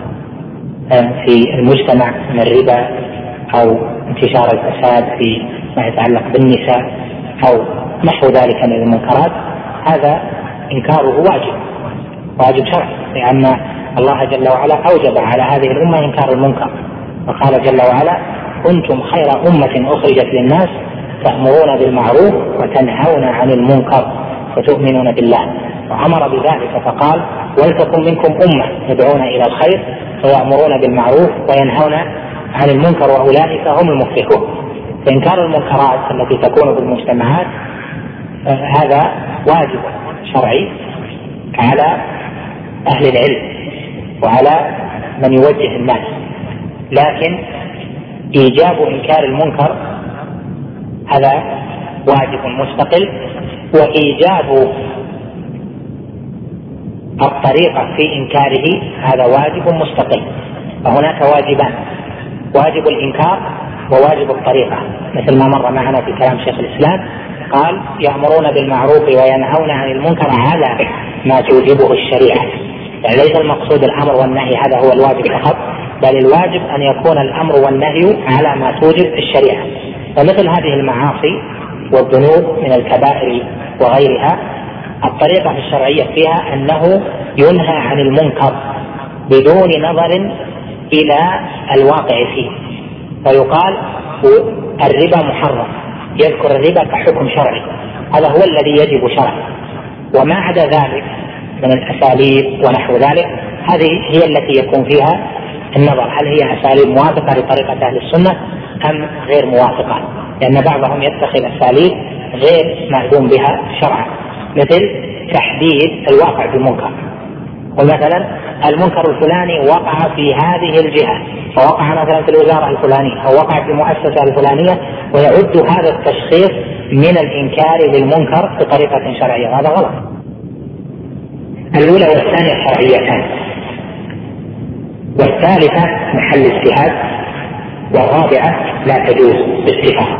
في المجتمع من الربا أو انتشار الفساد في ما يتعلق بالنساء أو نحو ذلك من المنكرات، هذا إنكاره واجب شرعي، لأن الله جل وعلا أوجب على هذه الأمة إنكار المنكر، وقال جل وعلا: كنتم خير أمة أخرجت للناس تأمرون بالمعروف وتنهون عن المنكر وتؤمنون بالله. وأمر بذلك فقال: ولتكن منكم أمة يدعون إلى الخير ويأمرون بالمعروف وينهون عن المنكر وأولئك هم المفلحون. فإنكار المنكرات التي تكون في المجتمعات هذا واجب شرعي على أهل العلم وعلى من يوجه الناس، لكن إيجاب إنكار المنكر هذا واجب مستقل، وإيجاب الطريقة في إنكاره هذا واجب مستقل. فهناك واجبان: واجب الإنكار وواجب الطريقة، مثل ما مر معنا في كلام شيخ الإسلام، قال: يأمرون بالمعروف وينهون عن المنكر على ما توجبه الشريعة. يعني ليس المقصود الأمر والنهي هذا هو الواجب فقط، بل الواجب أن يكون الأمر والنهي على ما توجب الشريعة. فمثل هذه المعاصي والذنوب من الكبائر وغيرها، الطريقة الشرعية فيها أنه ينهى عن المنكر بدون نظر إلى الواقع فيه، فيقال الربا محرم، يذكر الربا كحكم شرعي، هذا هو الذي يجب شرعا. وما عدا ذلك من الأساليب ونحو ذلك، هذه هي التي يكون فيها النظر، هل هي أساليب موافقة لطريقة أهل السنة أم غير موافقة، لأن بعضهم يتخذ أساليب غير مأذون بها شرعا، مثل تحديد الواقع بالمنكر. ومثلا المنكر الفلاني وقع في هذه الجهة، فوقع مثلا في الوزارة الفلانية أو وقع في المؤسسة الفلانية، ويعد هذا التشخيص من الإنكار للمنكر بطريقة شرعية، وهذا غلط. الأولى والثانية شرعيتان، والثالثة محل اجتهاد، والرابعة لا تجوز باتفاق.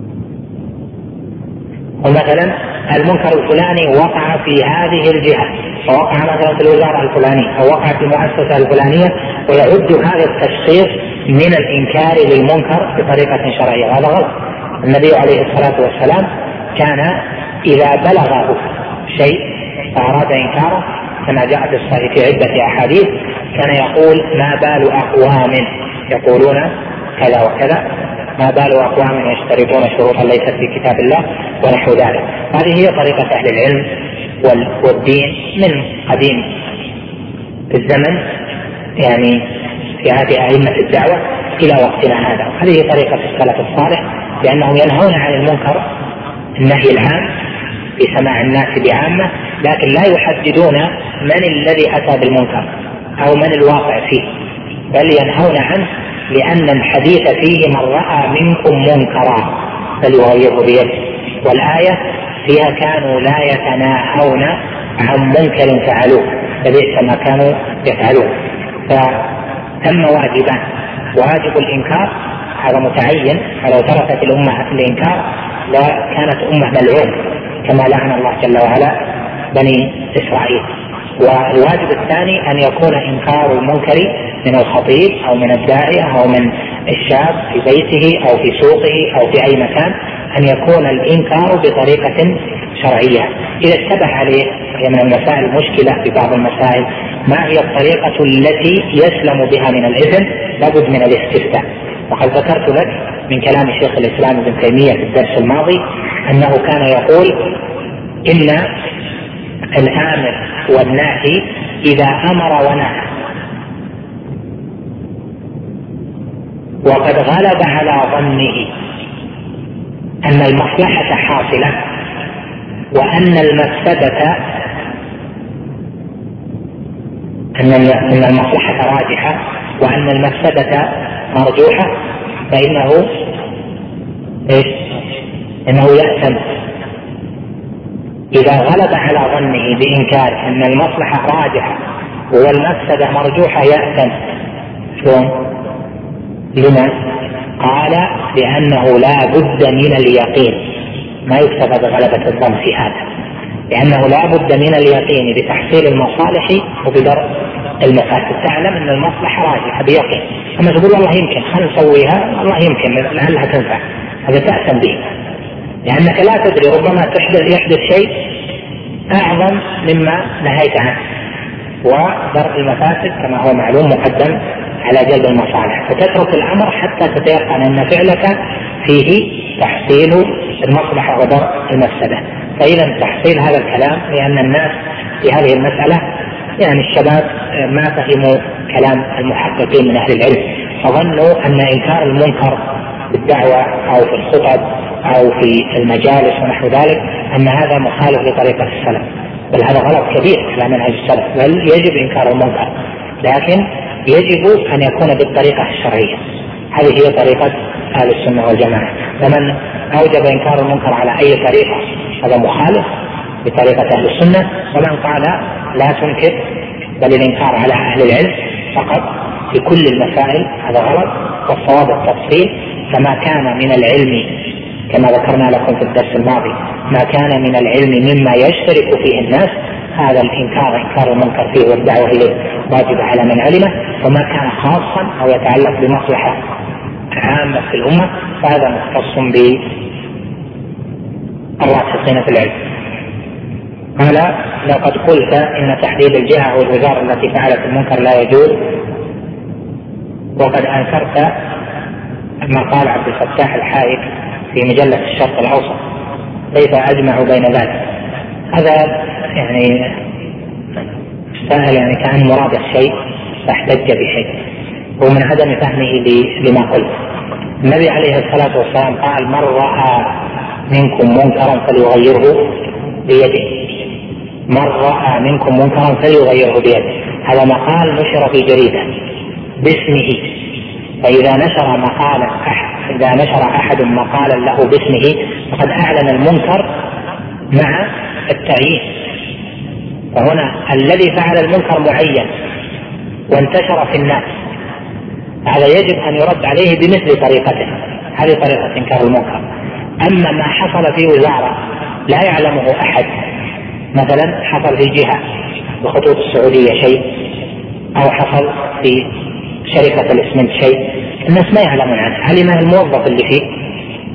ومثلا المنكر الفلاني وقع في هذه الجهة، فوقع مثلا في الوزارة الفلانية أو وقع في المؤسسة الفلانية، ويعد هذا التشخيص من الإنكار للمنكر بطريقة شرعية، هذا غلط. النبي عليه الصلاة والسلام كان إذا بلغه شيء فأراد إنكاره كما جاء في الصحيح في عدة أحاديث كان يقول ما بال أقوام يقولون كذا وكذا، ما بال أقوام يشترطون شروطا ليست في كتاب الله ونحو ذلك. هذه هي طريقة أهل العلم والدين من قديم الزمن، يعني في هذه أئمة الدعوة إلى وقتنا هذا. هذه طريقة السلف الصالح، لأنهم ينهون عن المنكر النهي العام في سماع الناس بعامة، لكن لا يحددون من الذي أتى بالمنكر أو من الواقع فيه، بل ينهون عنه، لأن الحديث فيه من رأى منكم منكرا فليغيره بيده، والآية فيها كانوا لا يتناهون عن منكر فعلوه فبئس ما كانوا يفعلون. فتم واجبان: واجب الإنكار هذا متعين، فلو تركت الأمة الإنكار لكانت أمة ملعونة كما لعن الله جل وعلا بني إسرائيل. والواجب الثاني أن يكون إنكار المنكر من الخطيب أو من الداعية أو من الشاب في بيته أو في سوقه أو في أي مكان، أن يكون الإنكار بطريقة شرعية. إذا اشتبه عليه، هي من المسائل المشكلة في بعض المسائل، ما هي الطريقة التي يسلم بها من الإذن؟ لابد من الاستفتاء. وقد ذكرت لك من كلام شيخ الإسلام ابن تيمية في الدرس الماضي أنه كان يقول إن الآمر والناهي إذا أمر ونهى وقد غلب على ظنه أن المصلحة حاصلة وأن المفسدة أن المصلحة راجحة وأن المفسدة مرجوحة، فإنه إنه يأثم. إذا غلب على ظنه بإنكار أن المصلحة راجحة والمفسدة مرجوحة يأثم. شلون؟ لما؟ قال لأنه لا بد من اليقين، ما يكتفى بغلبة الظن في هذا، لأنه لا بد من اليقين بتحصيل المصالح وبدرء المفاسد. تعلم أن المصلحة راجحة بيقين، أما تقول والله يمكن خلنا نسويها، الله يمكن لعلها تنفع، هذا تأثم به، لأنك لا تدري، ربما يحدث شيء أعظم مما نهيت عنه، ودرء المفاسد كما هو معلوم مقدم على جلب المصالح، فتترك الأمر حتى تتيقن أن فعلك فيه تحصيل المصلحة ودرء المفسدة. فإذا تحصيل هذا الكلام، لأن الناس في هذه المسألة يعني الشباب ما فهموا كلام المحققين من أهل العلم، فظنوا أن إنكار المنكر بالدعوة أو في الخطب أو في المجالس ونحو ذلك أن هذا مخالف لطريقة السلف، بل هذا غلط كبير على منهج السلف، بل يجب إنكار المنكر، لكن يجب أن يكون بالطريقة الشرعية. هذه هي طريقة أهل السنة والجماعة. فمن أوجب إنكار المنكر على أي طريقة هذا مخالف بطريقة أهل السنة، ومن قال لا تنكر بل الإنكار على أهل العلم فقط في كل المسائل هذا غلط، والصواب التفصيل. فما كان من العلم كما ذكرنا لكم في الدرس الماضي، ما كان من العلم مما يشترك فيه الناس، هذا إنكار المنكر فيه والدعوة إليه واجب على من علمه، وما كان خاصا أو يتعلق بمصلحة عامة في الأمة فهذا مختص بالراسخين في العلم. قال لقد قلت إن تحديد الجهة أو الوزارة التي فعلت المنكر لا يجوز، وقد أنكرت ما قال عبد الفتاح الحائك في مجلة الشرق الأوسط كيف أجمع بين ذلك. هذا يعني سهل، يعني كأن مراد الشيء فاحتج بشيء، ومن عدم فهمه لما قلت. النبي عليه الصلاة والسلام قال من رأى منكم منكرا فليغيره بيده، من رأى منكم منكرا فليغيره بيده. هذا مقال نشر في جريدة باسمه، فإذا نشر مقالا إذا نشر أحد مقالا له باسمه فقد أعلن المنكر مع التعيين. فهنا الذي فعل المنكر معين وانتشر في الناس، هذا يجب أن يرد عليه بمثل طريقته، هذه طريقة إنكار المنكر. أما ما حصل في وزارة لا يعلمه أحد، مثلا حصل في جهة بخطوط السعودية شيء، أو حصل في شركة الإسمنت شيء، الناس ما يعلمون عنه، علمه الموظف اللي فيه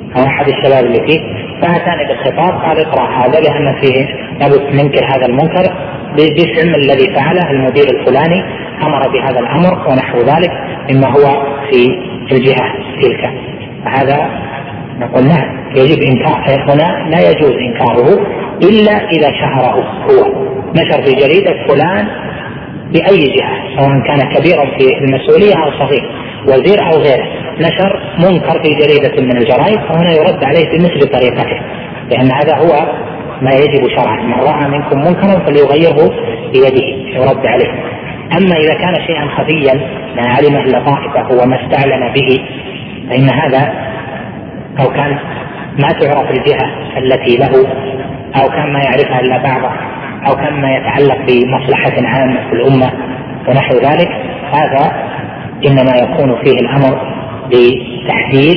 أو أحد الشباب اللي فيه، فأتاني بالخطاب قال اقرأ هذا لأن فيه لابد ننكر هذا المنكر باسم الذي فعله المدير الفلاني أمر بهذا الأمر ونحو ذلك مما هو في الجهة تلك. فهذا نقول نعم يجب إنكار، هنا لا يجوز إنكاره إلا إذا شهره هو، نشر في جريدة فلان بأي جهة سواء كان كبيرا في المسؤولية أو صغير وزير أو غيره، نشر منكر في جريدة من الجرائد، فهنا يرد عليه بمثل طريقته، لأن هذا هو ما يجب شرعا، من رأى منكم منكرا فليغيره بيده يرد عليه. أما إذا كان شيئا خفيا ما علمه إلا طائفة وما استعلن به فإن هذا أو كان ما تعرف الجهة التي له أو كان ما يعرفها إلا بعضه أو كان ما يتعلق بمصلحة عامة في الأمة ونحو ذلك، هذا إنما يكون فيه الأمر بتحديد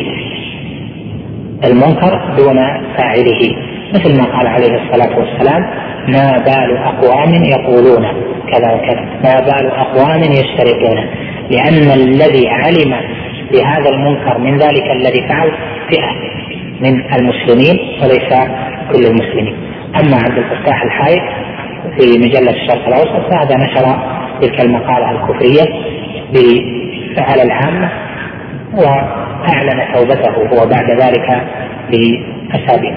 المنكر دون فاعله، مثل ما قال عليه الصلاة والسلام ما بال أقوام يقولون كذا وكذا، ما بال أقوام يشتركون، لأن الذي علم بهذا المنكر من ذلك الذي فعل فئة من المسلمين وليس كل المسلمين. أما عبد الفتاح الحائك في مجلة الشرق الأوسط فهذا نشر تلك المقالة الكفرية بفعل العامة وأعلن توبته هو بعد ذلك بأسابيع.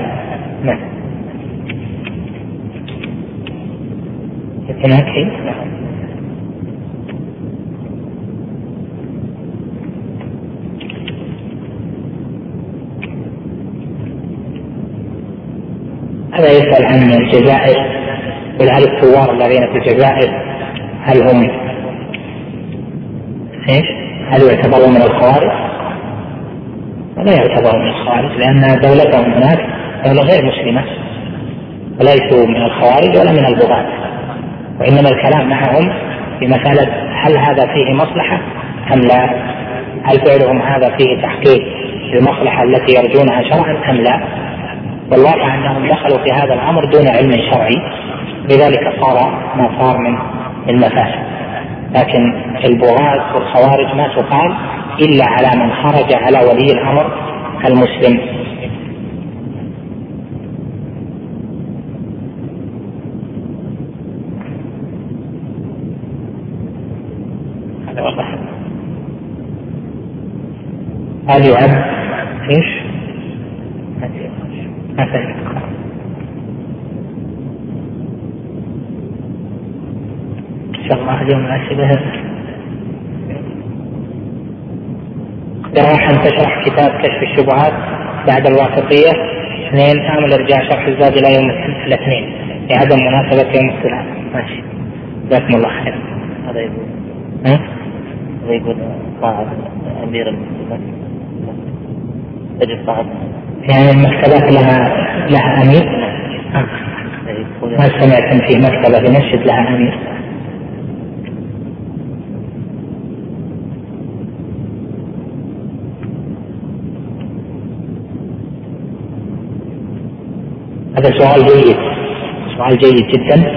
هذا يسأل عن الجزائر، هل الثوار الذين في الجزائر هل يعتبرون من الخوارج؟ لا يعتبرون من الخوارج، لأن دولتهم هناك دولة غير مسلمة وليسوا من الخوارج ولا من البغاة، وإنما الكلام معهم في مسألة هل هذا فيه مصلحة أم لا، هل فعلهم هذا فيه تحقيق المصلحة التي يرجونها شرعا أم لا. والواقع أنهم دخلوا في هذا الأمر دون علم شرعي، لذلك صار ما صار من المفاسد. لكن البغاة والخوارج ما تقال إلا على من خرج على ولي الأمر المسلم. هذا واضح. هل يعد ايش؟ مثلا إن شاء الله اليوم الأسئلة راح تشرح كتاب كشف الشبهات بعد الواسطية 2 آمل إرجاع شرح الزاد إلى يوم الاثنين لعدم مناسبة يوم الثلاثاء. ماشي جزاكم الله خير. هذا يقول صاحب أمير المسلمين تجد صاحب يعني المكتبات لها أمير. ما سمعت أن في مكتبة في مسجد لها أمير. هذا سؤال جيد جدا.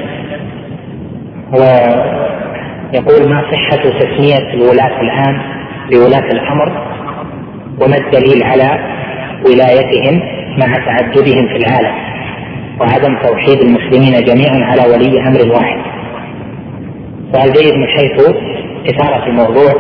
ويقول ما صحة تسمية الولاة الآن بولاة الأمر، وما الدليل على ولايتهم مع تعددهم في العالم وعدم توحيد المسلمين جميعا على ولي أمر واحد. سؤال جيد من حيث إثارة الموضوع،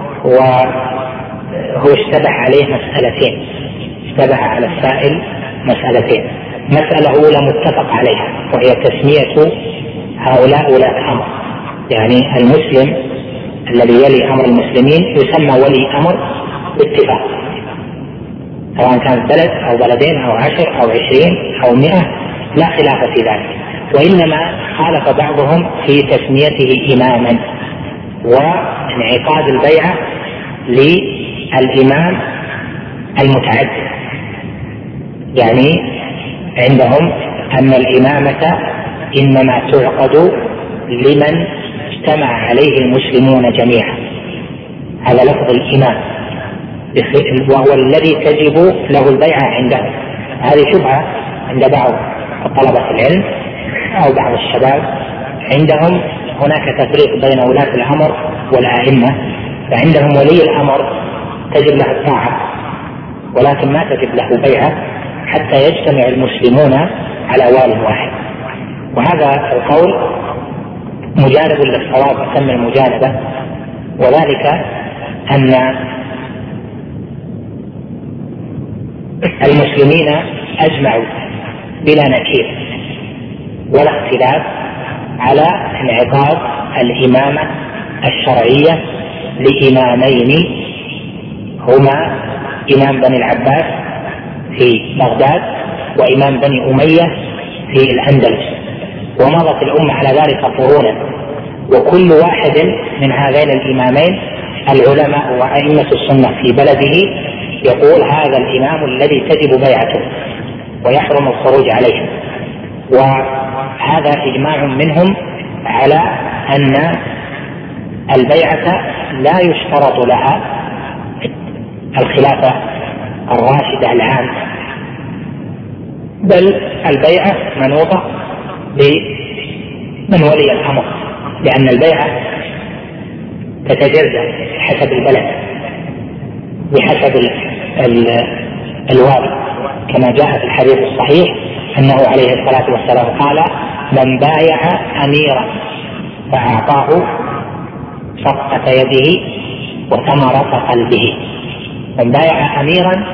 وهو اشتبه عليه مسألتين، اشتبه على السائل مسألتين. مسألة أولى متفق عليها وهي تسمية هؤلاء ولاة أمر، يعني المسلم الذي يلي أمر المسلمين يسمى ولي أمر باتفاق، سواء كان بلد أو بلدين أو 10 أو 20 أو 100 لا خلاف في ذلك. وإنما خالف بعضهم في تسميته إماما وانعقاد البيعة للإمام المتعدد. يعني عندهم أن الإمامة إنما تعقد لمن اجتمع عليه المسلمون جميعا، هذا لفظ الإمام، وهو الذي تجب له البيعة عندهم. هذه شبهة عند بعض طلبة العلم أو بعض الشباب، عندهم هناك تفريق بين ولاة الأمر والأئمة، فعندهم ولي الأمر تجب له الطاعة ولكن ما تجب له بيعة حتى يجتمع المسلمون على وال واحد. وهذا القول مجانب للصواب تم المجانبة، وذلك أن المسلمين أجمعوا بلا نكير ولا اختلاف على انعقاد الإمامة الشرعية لإمامين هما إمام بني العباس في بغداد وإمام بني أمية في الأندلس، ومضت الأمة على ذلك قرونا، وكل واحد من هذين الإمامين العلماء وأئمة السنة في بلده يقول هذا الإمام الذي تجب بيعته ويحرم الخروج عليه. وهذا إجماع منهم على أن البيعة لا يشترط لها الخلافة الراشدة العامة، بل البيعة منوطة لمن ولي الأمر، لأن البيعة تتجزأ حسب البلد بحسب الوالي، كما جاء في الحديث الصحيح أنه عليه الصلاة والسلام قال من بايع أميرا فأعطاه صفقة يده وثمرة قلبه. من بايع أميرا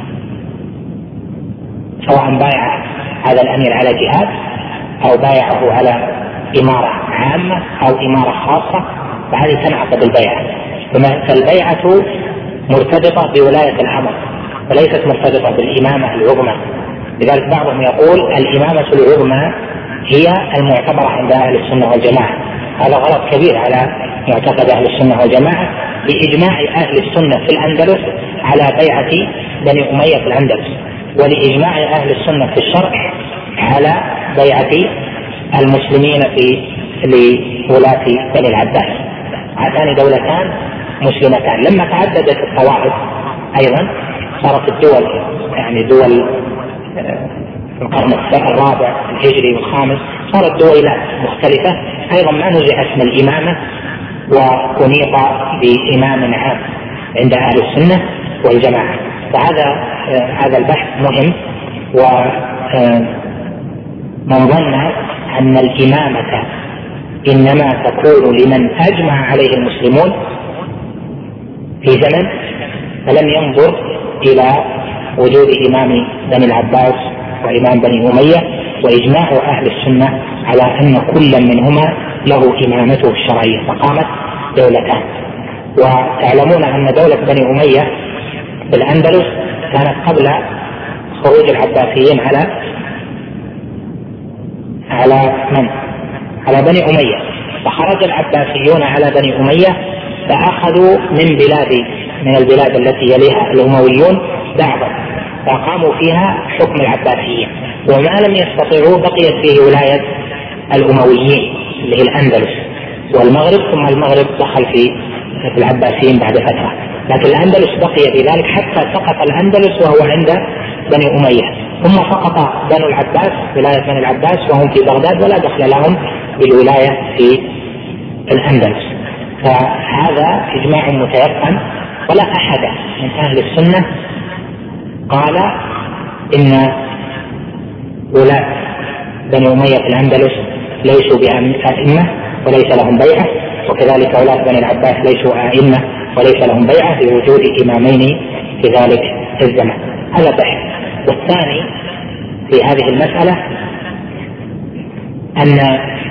سواء بايع هذا الأمير على جهاد أو بايعه على إمارة عامة أو إمارة خاصة فهذه تنعقد البيعة. فالبيعة مرتبطة بولاية الأمر وليست مرتبطة بالإمامة العظمى. لذلك بعضهم يقول الإمامة العظمى هي المعتبرة عند أهل السنة والجماعة. هذا غلط كبير على معتقد أهل السنة والجماعة، لإجماع أهل السنة في الأندلس على بيعة بني أمية في الأندلس، ولإجماع أهل السنة في الشرع على بيعة المسلمين لولاة بني العباس. هاتان دولتان مسلمتان. لما تعددت الطوائف أيضا صارت الدول، يعني دول في القرن الرابع الهجري والخامس صارت دويلات مختلفة أيضا ما نزع اسم الإمامة وأنيط بإمام عام عند أهل السنة والجماعة. فهذا البحث مهم. ومن ظن أن الإمامة إنما تكون لمن أجمع عليه المسلمون في زمن فلم ينظر إلى وجود إمام بني العباس وإمام بني أمية وإجماع أهل السنة على أن كل منهما له إمامته الشرعية، فقامت دولتان. وتعلمون أن دولة بني أمية في الأندلس كانت قبل خروج العباسيين على بني أمية، فخرج العباسيون على بني أمية فأخذوا من البلاد التي يليها الأمويون بعضا فأقاموا فيها حكم العباسيين، وما لم يستطيعوا بقيت فيه ولاية الأمويين اللي هي الأندلس والمغرب، ثم المغرب دخل في العباسيين بعد فترة، لكن الأندلس بقي بذلك حتى سقط الأندلس وهو عند بني أمية، ثم سقط بنو العباس ولاية بني العباس وهم في بغداد ولا دخل لهم بالولاية في الأندلس. فهذا إجماع متيقن، ولا أحد من أهل السنة قال إن ولاة بني أمية في الأندلس ليسوا بأئمة وليس لهم بيعة، وكذلك ولاة بني العباس ليسوا أئمة وليس لهم بيعة بوجود إمامين في ذلك الزمن. هذا بحث. والثاني في هذه المسألة أن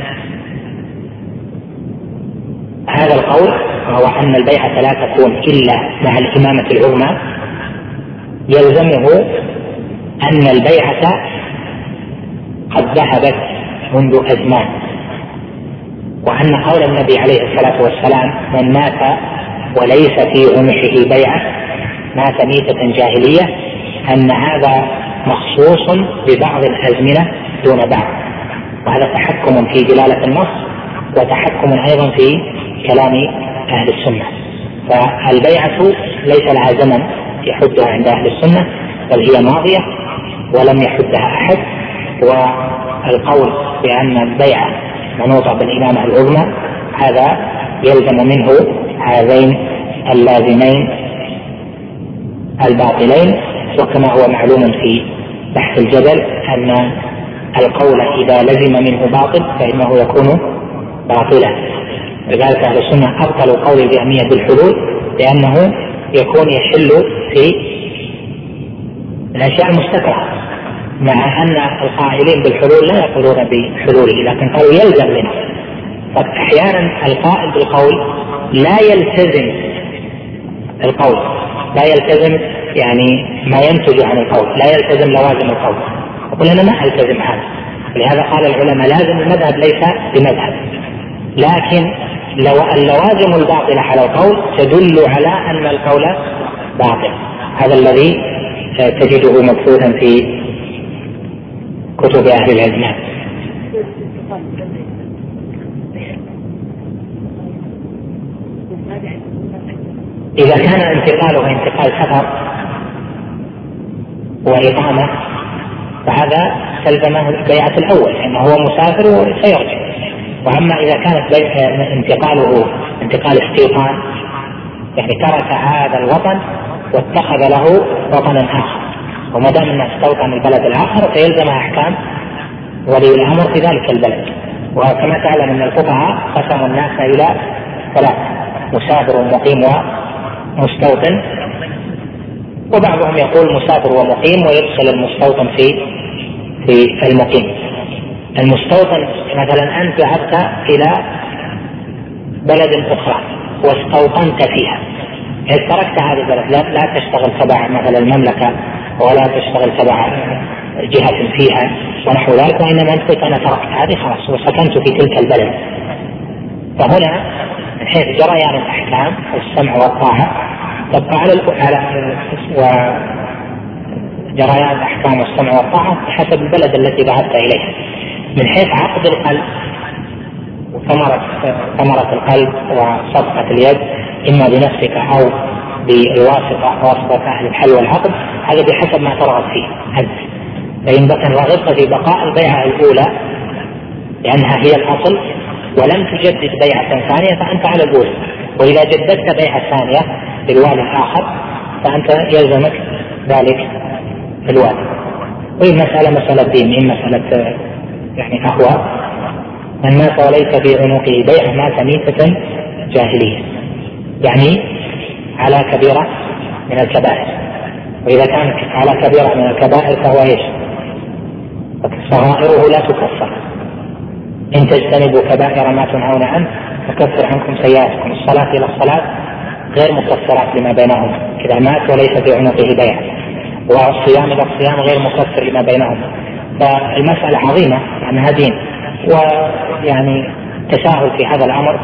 هذا القول وهو أن البيعة لا تكون إلا مع الإمامة العظمى يلزمه أن البيعة قد ذهبت منذ أزمان، وأن قول النبي عليه الصلاة والسلام من مات وليس في عنقه بيعة مات ميتة جاهلية أن هذا مخصوص ببعض الأزمنة دون بعض، وهذا تحكم في دلالة النص وتحكم أيضا في كلام أهل السنة. فالبيعة ليس لها زمن يحدها عند أهل السنة، بل هي ماضية ولم يحدها أحد. والقول بأن البيعة منوطة بالإمامة العظمى هذا يلزم منه هذين اللازمين الباطلين، وكما هو معلوم في بحث الجدل أن القول إذا لزم منه باطل فإنه يكون باطلا. لذلك أهل السنة أبطلوا قول الجهمية بالحلول لأنه يكون يحل في الأشياء المستكرهة، مع أن القائلين بالحلول لا يقولون بحلوله لكن قالوا يلزم منه. فأحيانا القائل بالقول لا يلتزم القول، لا يلتزم يعني ما ينتج عن القول، لا يلتزم لوازم القول، يقول أنا ما ألتزم هذا. لهذا قال العلماء لازم المذهب ليس بمذهب، لكن لو اللوازم الباطلة على القول تدل على أن القول باطل. هذا الذي تجده مبثوثا في كتب أهل العلم. إذا كان انتقاله انتقال سفر وإقامة فهذا تلزمه البيعة الأول لأنه هو مسافر وسيرجع. وأما إذا كانت انتقاله انتقال استيطان يعني ترك هذا الوطن واتخذ له وطنا آخر، وما دام أنه استوطن البلد الآخر فيلزم أحكام ولي الأمر في ذلك البلد. وكما تعلم أن الفقهاء قسموا الناس إلى ثلاث: مسافر ومقيم ومستوطن، وبعضهم يقول مسافر ومقيم ويدخل المستوطن في المقيم. المستوطن مثلا أنت ذهبت إلى بلد أخرى واستوطنت فيها، إذ تركت هذا البلد لا تشتغل تبع مثلا المملكة ولا تشتغل تبع جهة فيها ونحو ذلك، وإنما أنت أنا تركت هذه خلاص وسكنت في تلك البلد. فهنا من حيث جريان الأحكام والسمع والطاعة تبقى على وجريان الأحكام والسمع والطاعة بحسب البلد التي ذهبت إليها. من حيث عقد القلب وثمرة القلب وصفقة اليد إما بنفسك أو بالواسطة واسطة أهل الحل والعقد، هذا بحسب ما ترغب فيه أنت. فإن رغبت في بقاء البيعة الأولى لأنها هي الأصل ولم تجدد بيعة ثانية فأنت على الأولى، وإذا جددت بيعة ثانية بالوالي الآخر فأنت يلزمك ذلك الوالي. وهي مسألة دين، إن مسألة يعني أهوى. من مات وليس في عنقه بيعة مات ميتة جاهلية، يعني على كبيرة من الكبائر. وإذا كان على كبيرة من الكبائر فهو إيش؟ صغائره لا تكفر. إن تجتنبوا كبائر ما تنهون عنه نكفر عنكم سيئاتكم. الصلاة إلى الصلاة غير مكفرات لما بينهم إذا مات وليس في عنقه بيعة، والصيام إلى الصيام غير مكفر لما بينهم. فالمسألة عظيمة لأنها دين، ويعني تساهل في هذا الأمر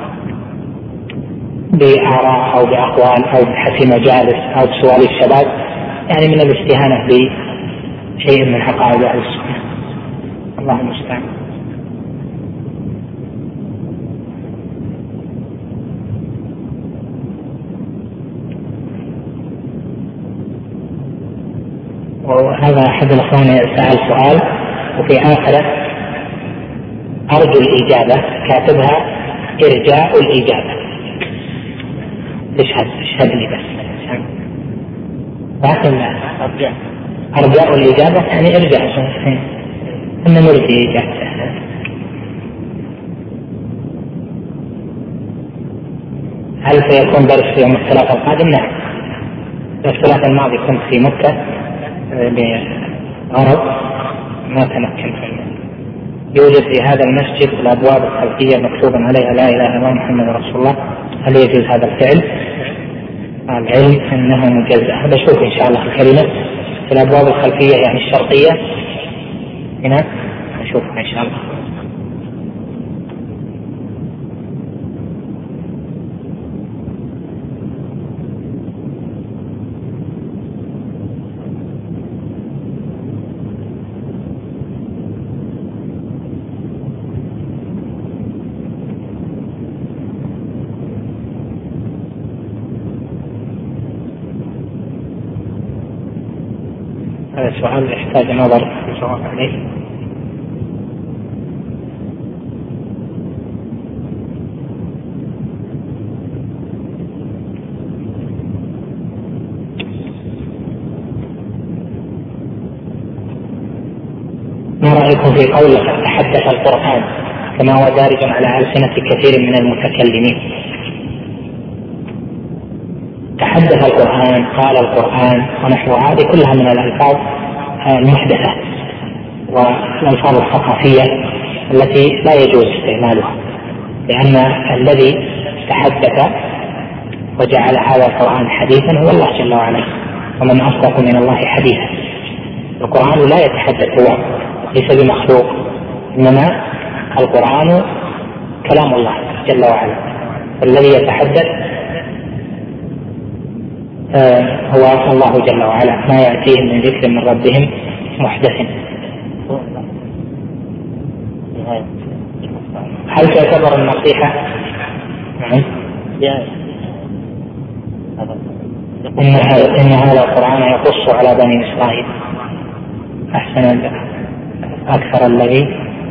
بآراء أو بأقوال أو بحث مجالس أو بسؤال الشباب يعني من الاستهانة بشيء من حقائق أهل السنة. الله المستعان. وهذا أحد الأخوان سأل سؤال وفي آخره أرجو الإجابة، كاتبها إرجاء الإجابة. اشهد لي بس، لكن أرجاء الإجابة يعني ارجع أن نرجي إجابة. هل سيكون درس يوم الثلاثاء القادم؟ نعم. الثلاثاء الماضي كنت في مكة لغرض ما تمكن فيه. يوجد في هذا المسجد الأبواب الخلفية مكتوب عليها لا إله إلا الله محمد رسول الله، هل يجوز هذا الفعل؟ العلم أنه مجزأ. بشوف إن شاء الله الكلمة في الأبواب الخلفية يعني الشرقية هنا، نشوفها إن شاء الله. هذا سؤال يحتاج نظر في الجواب عليه. ما رأيكم في قوله تحدث القرآن كما هو دارج على ألسنة كثير من المتكلمين؟ تحدث القرآن، قال القرآن، ونحو هذه كلها من الألفاظ المحدثة والألفاظ الثقافية التي لا يجوز استعمالها، لأن الذي تحدث وجعل هذا القرآن حديثا هو الله جل وعلا، ومن أصدق من الله حديثا. القرآن لا يتحدث، هو ليس بمخلوق، إنما القرآن كلام الله جل وعلا، الذي يتحدث هو الله جل وعلا، ما يأتيهم من ذكر من ربهم محدث. هل تعتبر النصيحة إن هذا القرآن يقص على بني إسرائيل أحسن أكثر الذي،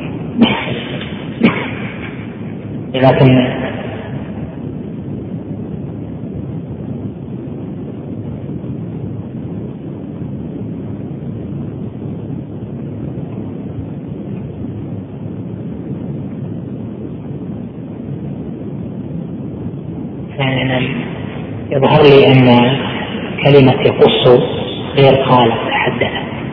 لكن يظهر لي أن كلمة يقص غير قال تحدث،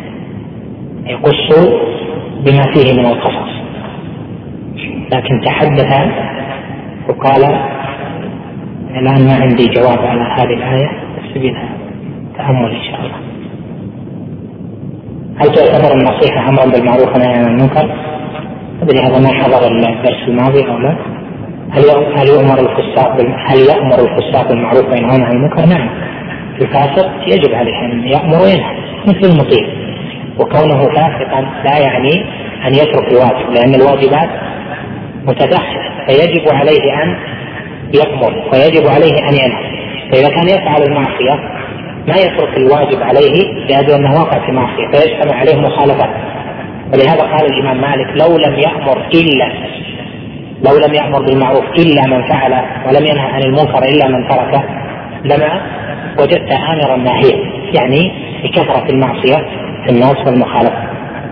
يقص بما فيه من القصص، لكن تحدث وقال الآن ما عندي جواب على هذه الآية، بس بها تأمل إن شاء الله. هل تعتبر النصيحة أمرا بالمعروف ونهي عن المنكر؟ أدري هذا ما حضر الدرس الماضي أو لا. هل يأمر الفساق بالمعروف وينهون عن المنكر؟ نعم، الفاسق يجب عليه أن يأمر وينهى مثل المطيع، وكونه فاسقا لا يعني أن يترك الواجب، لأن الواجبات متداخلة، فيجب عليه أن يأمر ويجب عليه أن ينهى. فإذا كان يفعل المعصية ما يترك الواجب عليه لأجل أنه واقع في معصية، فيجتمع عليه مخالفات. ولهذا قال الإمام مالك لو لم يأمر بالمعروف إلا من فعله ولم ينهى عن المنكر إلا من تركه لما وجدت آمرا ناهيا، يعني بكثرة المعصية في الناس والمخالفة.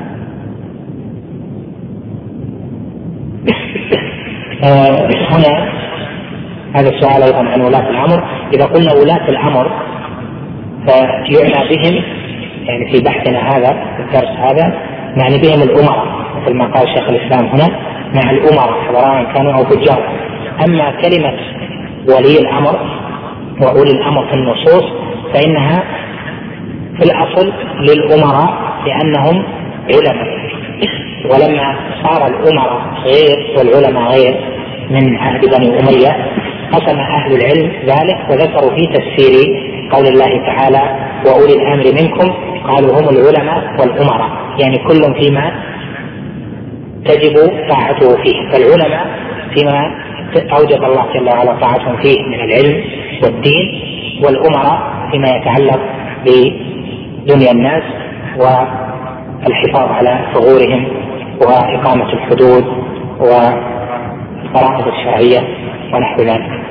هنا هذا السؤال أيضا عن ولاة الأمر. إذا قلنا ولاة الأمر فيعنى بهم، يعني في بحثنا هذا في الدرس هذا معني بهم الأمراء، مثل ما قال شيخ الإسلام هنا مع الأمراء حضراء كانوا أو فجار. أما كلمة ولي الأمر وأولي الأمر في النصوص فإنها في الأصل للأمراء لأنهم علماء، ولما صار الأمراء غير والعلماء غير من عهد بني أمية قسم أهل العلم ذلك وذكروا في تفسير قول الله تعالى وأولي الأمر منكم قالوا هم العلماء والأمراء، يعني كل فيما تجب طاعته فيه، فالعلماء فيما أوجب الله جل وعلا طاعتهم فيه من العلم والدين، والأمراء فيما يتعلق بدنيا الناس والحفاظ على ثغورهم وإقامة الحدود والفرائض الشرعية ونحو ذلك.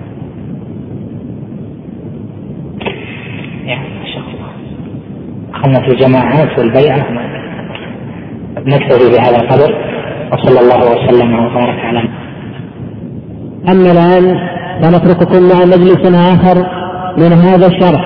خلنا في الجماعات والبيعة نكتفي بهذا القدر، وصلى الله وسلم وبارك على. أما الآن سنترككم مع مجلس آخر من هذا الشرح.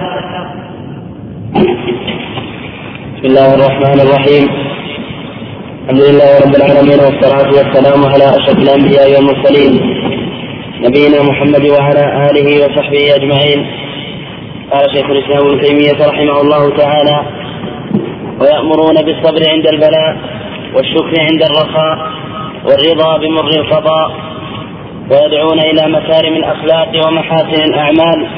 بسم الله الرحمن الرحيم، الحمد لله رب العالمين، والصلاة والسلام على أشرف الأنبياء والمرسلين نبينا محمد وعلى آله وصحبه أجمعين. قال شيخ الإسلام ابن تيمية رحمه الله تعالى: ويأمرون بالصبر عند البلاء والشكر عند الرخاء والرضا بمر القضاء، ويدعون إلى مكارم الأخلاق ومحاسن الأعمال،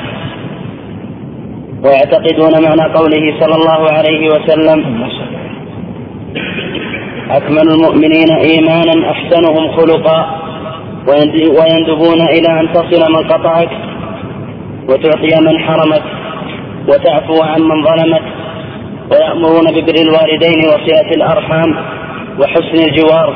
ويعتقدون معنى قوله صلى الله عليه وسلم: أكمل المؤمنين إيمانا أحسنهم خلقا، ويندبون إلى أن تصل من قطعك وتعطي من حرمك وتعفو عن من ظلمك، ويأمرون ببر الوالدين وصلة الأرحام وحسن الجوار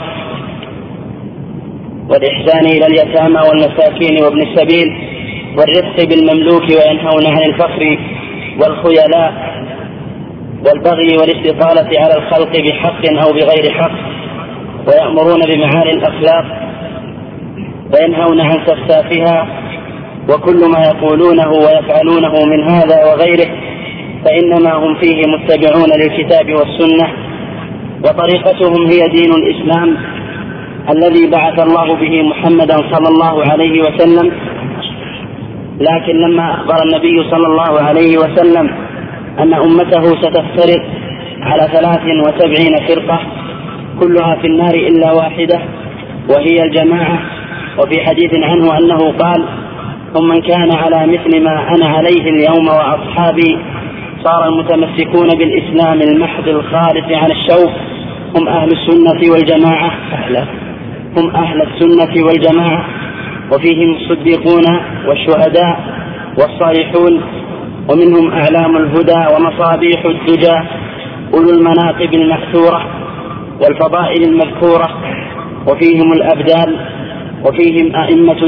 والإحسان إلى اليتامى والمساكين وابن السبيل والرفق بالمملوك، وينهون عن الفخر والخيلاء والبغي والاستطالة على الخلق بحق أو بغير حق، ويأمرون بمعالي الأخلاق وينهون عن سفسافها، وكل ما يقولونه ويفعلونه من هذا وغيره فإنما هم فيه متبعون للكتاب والسنة، وطريقتهم هي دين الإسلام الذي بعث الله به محمدا صلى الله عليه وسلم. لكن لما أخبر النبي صلى الله عليه وسلم أن أمته ستفترق على 73 فرقة كلها في النار إلا واحدة وهي الجماعة، وفي حديث عنه أنه قال: ثم من كان على مثل ما أنا عليه اليوم وأصحابي صار المتمسكون بالإسلام المحض الخالص عن الشوك هم أهل السنة والجماعة، هم أهل السنة والجماعة، وفيهم الصديقون والشهداء والصالحون، ومنهم أعلام الهدى ومصابيح الدجى أولو المناقب المأثورة والفضائل المذكورة، وفيهم الأبدال، وفيهم أئمة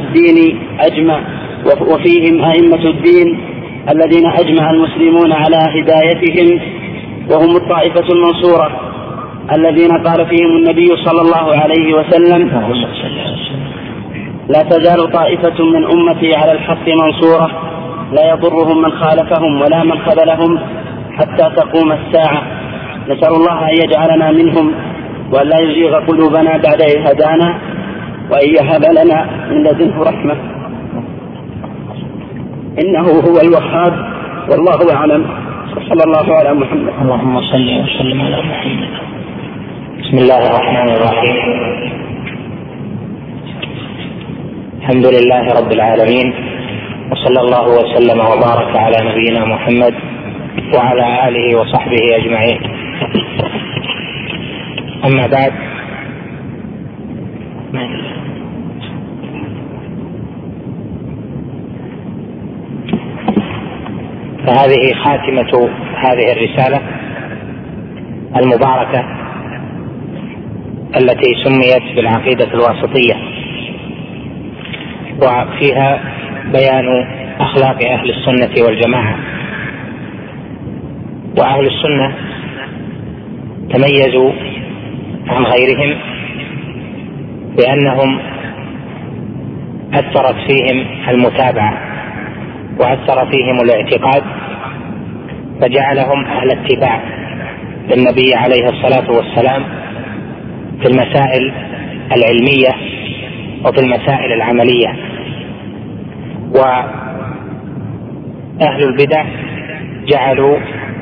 الدين الذين أجمع المسلمون على هدايتهم، وهم الطائفة المنصورة الذين قال فيهم النبي صلى الله عليه وسلم: لا تزال طائفة من أمتي على الحق منصورة لا يضرهم من خالفهم ولا من خذلهم حتى تقوم الساعة. نسأل الله أن يجعلنا منهم وأن لا يزيغ قلوبنا بعد إذ هدانا وأن يهب لنا من لدنه رحمة إنه هو الوهاب، والله أعلم. صلى الله على محمد. اللهم صل وسلم على محمد. بسم الله الرحمن الرحيم. الحمد لله رب العالمين، وصلى الله وسلم وبارك على نبينا محمد وعلى آله وصحبه أجمعين. أما بعد، فهذه خاتمة هذه الرسالة المباركة التي سميت بالعقيدة الواسطية، وفيها بيان أخلاق أهل السنة والجماعة. وأهل السنة تميزوا عن غيرهم بأنهم أثرت فيهم المتابعة وأثر فيهم الاعتقاد، فجعلهم أهل اتباع للنبي عليه الصلاة والسلام في المسائل العلمية وفي المسائل العملية. وأهل البدع جعلوا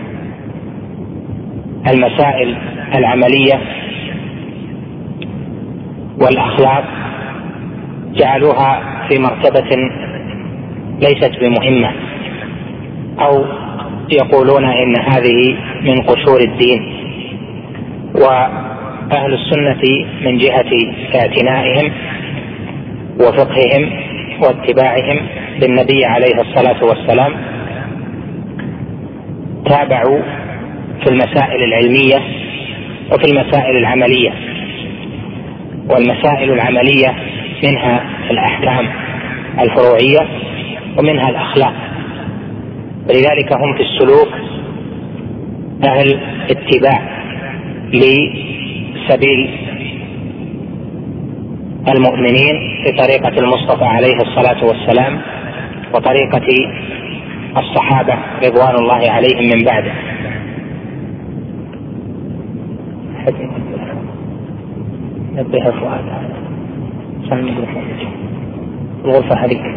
المسائل العملية والأخلاق جعلوها في مرتبة ليست بمهمة، أو يقولون إن هذه من قشور الدين. وأهل السنة من جهة اعتنائهم وفقههم واتباعهم للنبي عليه الصلاة والسلام تابعوا في المسائل العلمية وفي المسائل العملية. والمسائل العملية منها الأحكام الفروعية ومنها الأخلاق، ولذلك هم في السلوك أهل اتباع لسبيل المؤمنين بطريقة المصطفى عليه الصلاة والسلام وطريقة الصحابة رضوان الله عليهم من بعده. نبه فؤاد الغرفة هذه.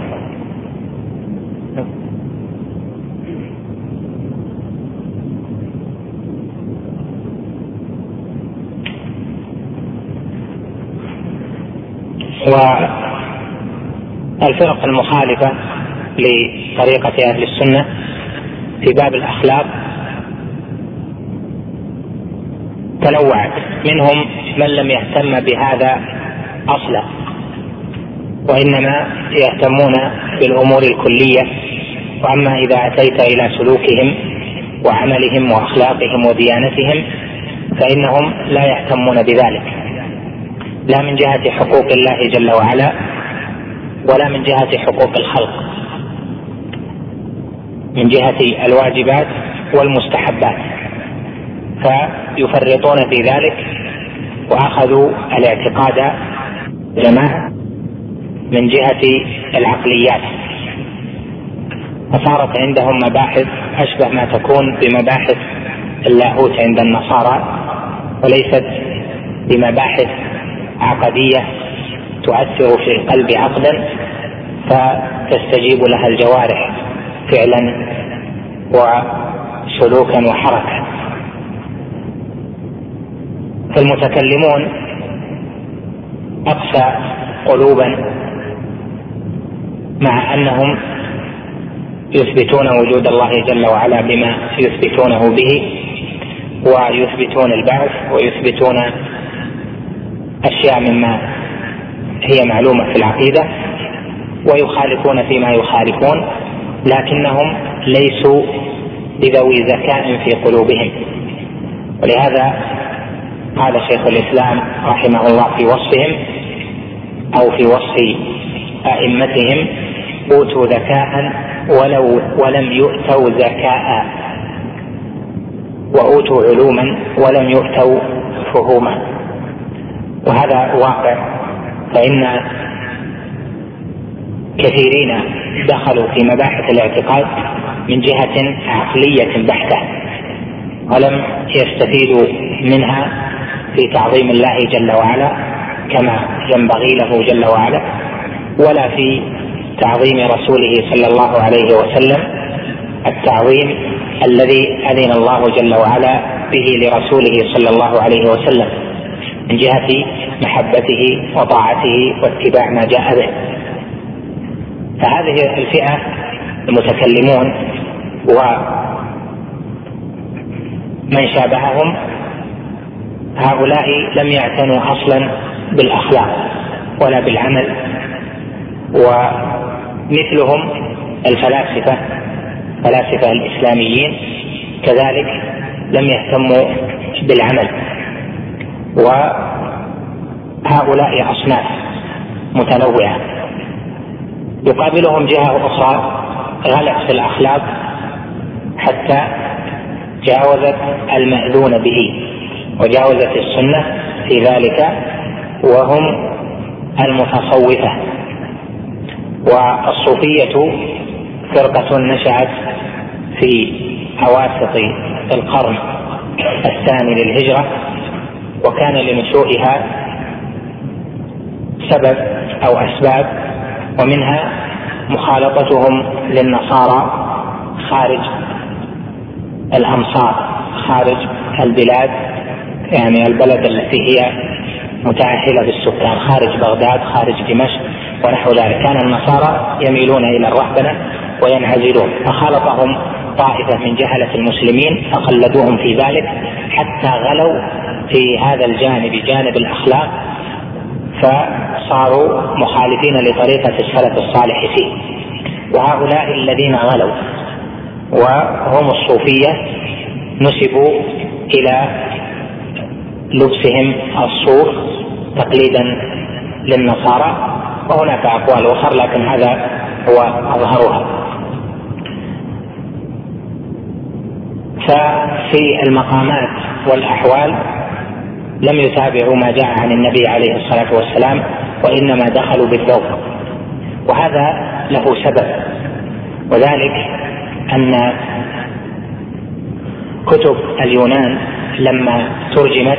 والفرق المخالفة لطريقة أهل السنة في باب الأخلاق تنوعت، منهم من لم يهتم بهذا أصلا وإنما يهتمون بالأمور الكلية، وأما إذا أتيت إلى سلوكهم وعملهم وأخلاقهم وديانتهم فإنهم لا يهتمون بذلك، لا من جهة حقوق الله جل وعلا ولا من جهة حقوق الخلق، من جهة الواجبات والمستحبات. فيفرطون في ذلك وأخذوا الاعتقاد جماعة من جهة العقليات، فصارت عندهم مباحث أشبه ما تكون بمباحث اللاهوت عند النصارى، وليست بمباحث عقدية تؤثر في القلب عقدا فتستجيب لها الجوارح فعلا وسلوكا وحركة. فالمتكلمون أقسى قلوبا، مع أنهم يثبتون وجود الله جل وعلا بما يثبتونه به، ويثبتون البعث، ويثبتون أشياء مما هي معلومة في العقيدة، ويخالفون فيما يخالفون، لكنهم ليسوا بذوي ذكاء في قلوبهم. ولهذا قال شيخ الإسلام رحمه الله في وصفهم أو في وصف أئمتهم: أوتوا ذكاء ولم يؤتوا ذكاء، وأوتوا علوما ولم يؤتوا فهوما. وهذا واقع، فإن كثيرين دخلوا في مباحث الاعتقاد من جهة عقلية بحتة، ولم يستفيدوا منها في تعظيم الله جل وعلا كما ينبغي له جل وعلا، ولا في تعظيم رسوله صلى الله عليه وسلم التعظيم الذي أذن الله جل وعلا به لرسوله صلى الله عليه وسلم من جهة محبته وطاعته واتباع ما جاء به. فهذه الفئة المتكلمون ومن شابههم هؤلاء لم يعتنوا أصلا بالأخلاق ولا بالعمل، ومثلهم الفلاسفة الإسلاميين كذلك لم يهتموا بالعمل. وهؤلاء أصناف متنوعة. يقابلهم جهة أخرى غلت في الأخلاق حتى جاوزت المأذون به وجاوزت السنة في ذلك، وهم المتصوفة. والصوفية فرقة نشأت في أواسط القرن الثاني للهجرة، وكان لنشوئها سبب أو أسباب، ومنها مخالطتهم للنصارى خارج الأمصار، خارج البلاد، يعني البلد التي هي متأهلة بالسكان، خارج بغداد، خارج دمشق ونحو ذلك. كان النصارى يميلون إلى الرهبنة وينعزلون، فخالطهم طائفة من جهلة المسلمين فقلدوهم في ذلك حتى غلوا في هذا الجانب، جانب الأخلاق، فصاروا مخالفين لطريقة السلف الصالح فيه. وهؤلاء الذين غلوا وهم الصوفية نسبوا إلى لبسهم الصوف تقليدا للنصارى، وهناك أقوال أخرى لكن هذا هو أظهرها. ففي المقامات والأحوال لم يتابعوا ما جاء عن النبي عليه الصلاة والسلام، وإنما دخلوا بالذوق، وهذا له سبب، وذلك أن كتب اليونان لما ترجمت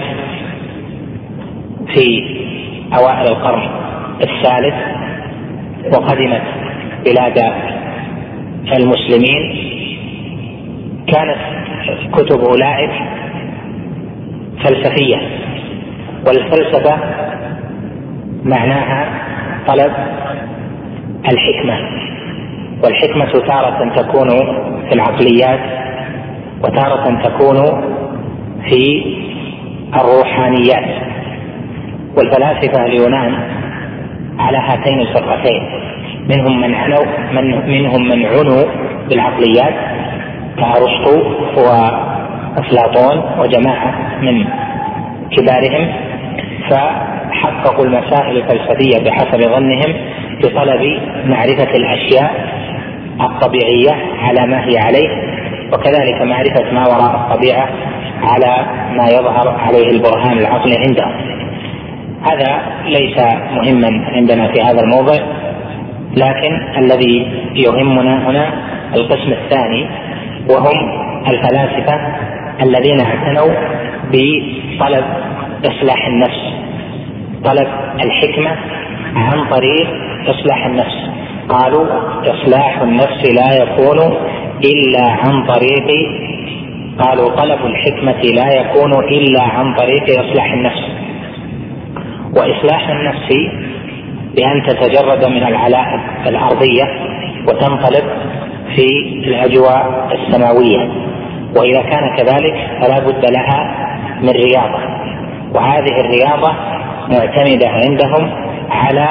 في أوائل القرن الثالث وقدمت بلاد المسلمين، كانت كتب أولئك فلسفية، والفلسفة معناها طلب الحكمة، والحكمة تارة تكون في العقليات وتارة تكون في الروحانيات. والفلاسفة اليونان على هاتين الفرقتين، منهم من عنوا بالعقليات كأرسطو وأفلاطون وجماعة من كبارهم، فحققوا المسائل الفلسفية بحسب ظنهم بطلب معرفة الأشياء الطبيعية على ما هي عليه، وكذلك معرفة ما وراء الطبيعة على ما يظهر عليه البرهان العقلي عندهم. هذا ليس مهما عندنا في هذا الموضع، لكن الذي يهمنا هنا القسم الثاني، وهم الفلاسفة الذين اعتنوا بطلب إصلاح النفس، طلب الحكمة عن طريق إصلاح النفس. قالوا إصلاح النفس لا يكون إلا عن طريق، قالوا طلب الحكمة لا يكون إلا عن طريق إصلاح النفس. وإصلاح النفس بأن تتجرد من العلائق الأرضية وتنطلق في الأجواء السماوية، وإذا كان كذلك فلا بد لها من رياضة، وهذه الرياضة معتمدة عندهم على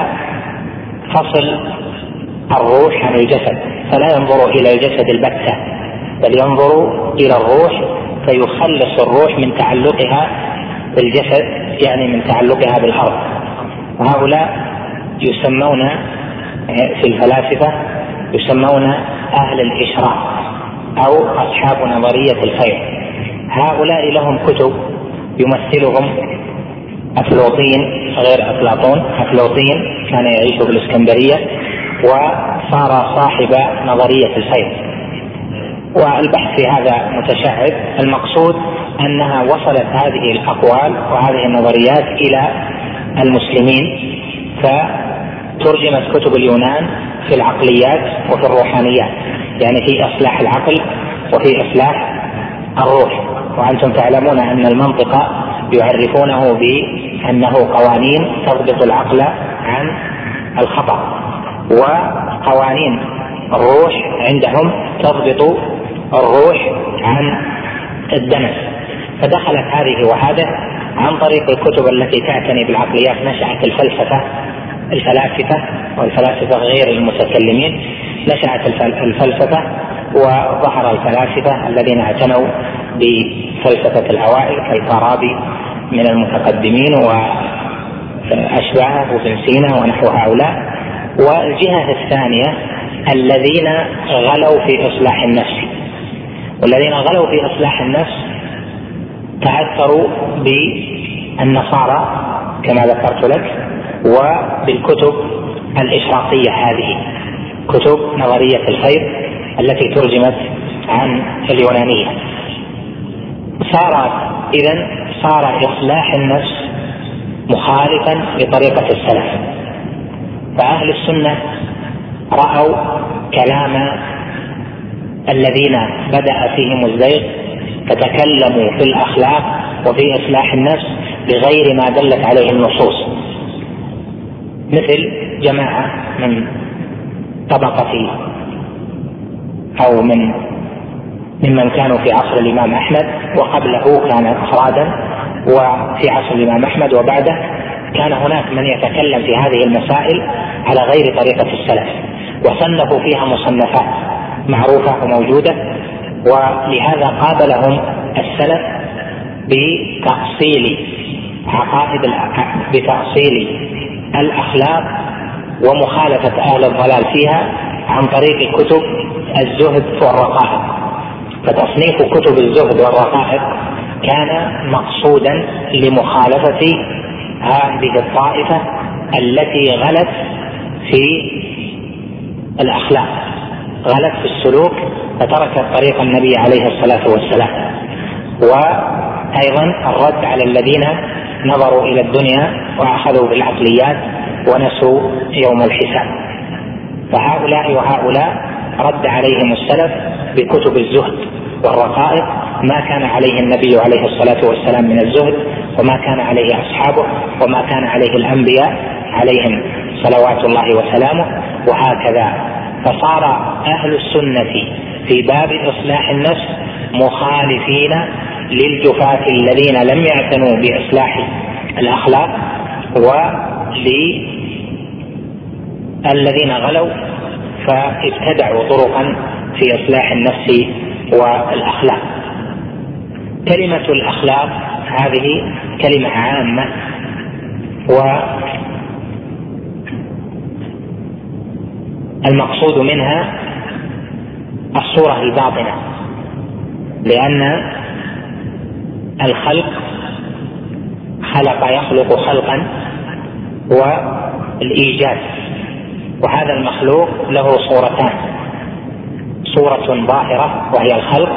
فصل الروح عن الجسد، فلا ينظروا إلى الجسد البتة، بل ينظروا إلى الروح فيخلص الروح من تعلقها بالجسد، يعني من تعلقها بالأرض. وهؤلاء يسمون في الفلاسفة يسمون أهل الإشراق أو أصحاب نظرية الخير. هؤلاء لهم كتب يمثلهم أفلاطين، غير أفلاطون، أفلاطين كان يعيش في الإسكندرية وصار صاحب نظرية الخير، والبحث في هذا متشعب. المقصود أنها وصلت هذه الأقوال وهذه النظريات إلى المسلمين، فترجمت كتب اليونان في العقليات وفي الروحانيات، يعني في إصلاح العقل وفي إصلاح الروح. وأنتم تعلمون أن المنطق يعرفونه بأنه قوانين تضبط العقل عن الخطأ، وقوانين الروح عندهم تضبط الروح عن الدنس. فدخلت هذه وهذا عن طريق الكتب التي تعتني بالعقليات. نشأت الفلاسفة والفلاسفة غير المتكلمين، نشأت الفلسفة، وظهر الفلاسفة الذين اعتنوا بفلسفة الأوائل كالفارابي من المتقدمين وأشباهه وابن سينا ونحو هؤلاء. والجهة الثانية الذين غلوا في إصلاح النفس، والذين غلوا في إصلاح النفس تأثروا بالنصارى كما ذكرت لك، وبالكتب الإشراقية، هذه كتب نظرية الخير التي ترجمت عن اليونانية. صار إصلاح النفس مخالفا لطريقة السلف. فأهل السنة رأوا كلام الذين بدأ فيهم الزيغ فتكلموا في الأخلاق وفي إصلاح النفس بغير ما دلت عليه النصوص، مثل جماعة من طبقة أو ممن كانوا في عصر الإمام أحمد وقبله كان أفرادا، وفي عصر الإمام أحمد وبعده كان هناك من يتكلم في هذه المسائل على غير طريقة السلف، وصنفوا فيها مصنفات معروفة وموجودة. ولهذا قابلهم السلف بتأصيل الأخلاق ومخالفة أهل الضلال فيها عن طريق كتب الزهد والرقائق. فتصنيف كتب الزهد والرقائق كان مقصودا لمخالفة هذه الطائفة التي غلت في الأخلاق، غلت في السلوك، فتركت طريق النبي عليه الصلاة والسلام. وأيضا الرد على الذين نظروا إلى الدنيا وأخذوا بالعقليات ونسوا يوم الحساب. فهؤلاء وهؤلاء رد عليهم السلف بكتب الزهد والرقائق ما كان عليه النبي عليه الصلاة والسلام من الزهد، وما كان عليه أصحابه، وما كان عليه الأنبياء عليهم صلوات الله وسلامه، وهكذا. فصار أهل السنة في باب إصلاح النفس مخالفين للجفاة الذين لم يعتنوا بإصلاح الأخلاق، وللذين غلوا فابتدعوا طرقا في إصلاح النفس والأخلاق. كلمة الأخلاق هذه كلمة عامة، والمقصود منها الصورة الباطنة، لأن الخلق خلق يخلق خلقا والإيجاد، وهذا المخلوق له صورتان: صورة ظاهرة وهي الخلق،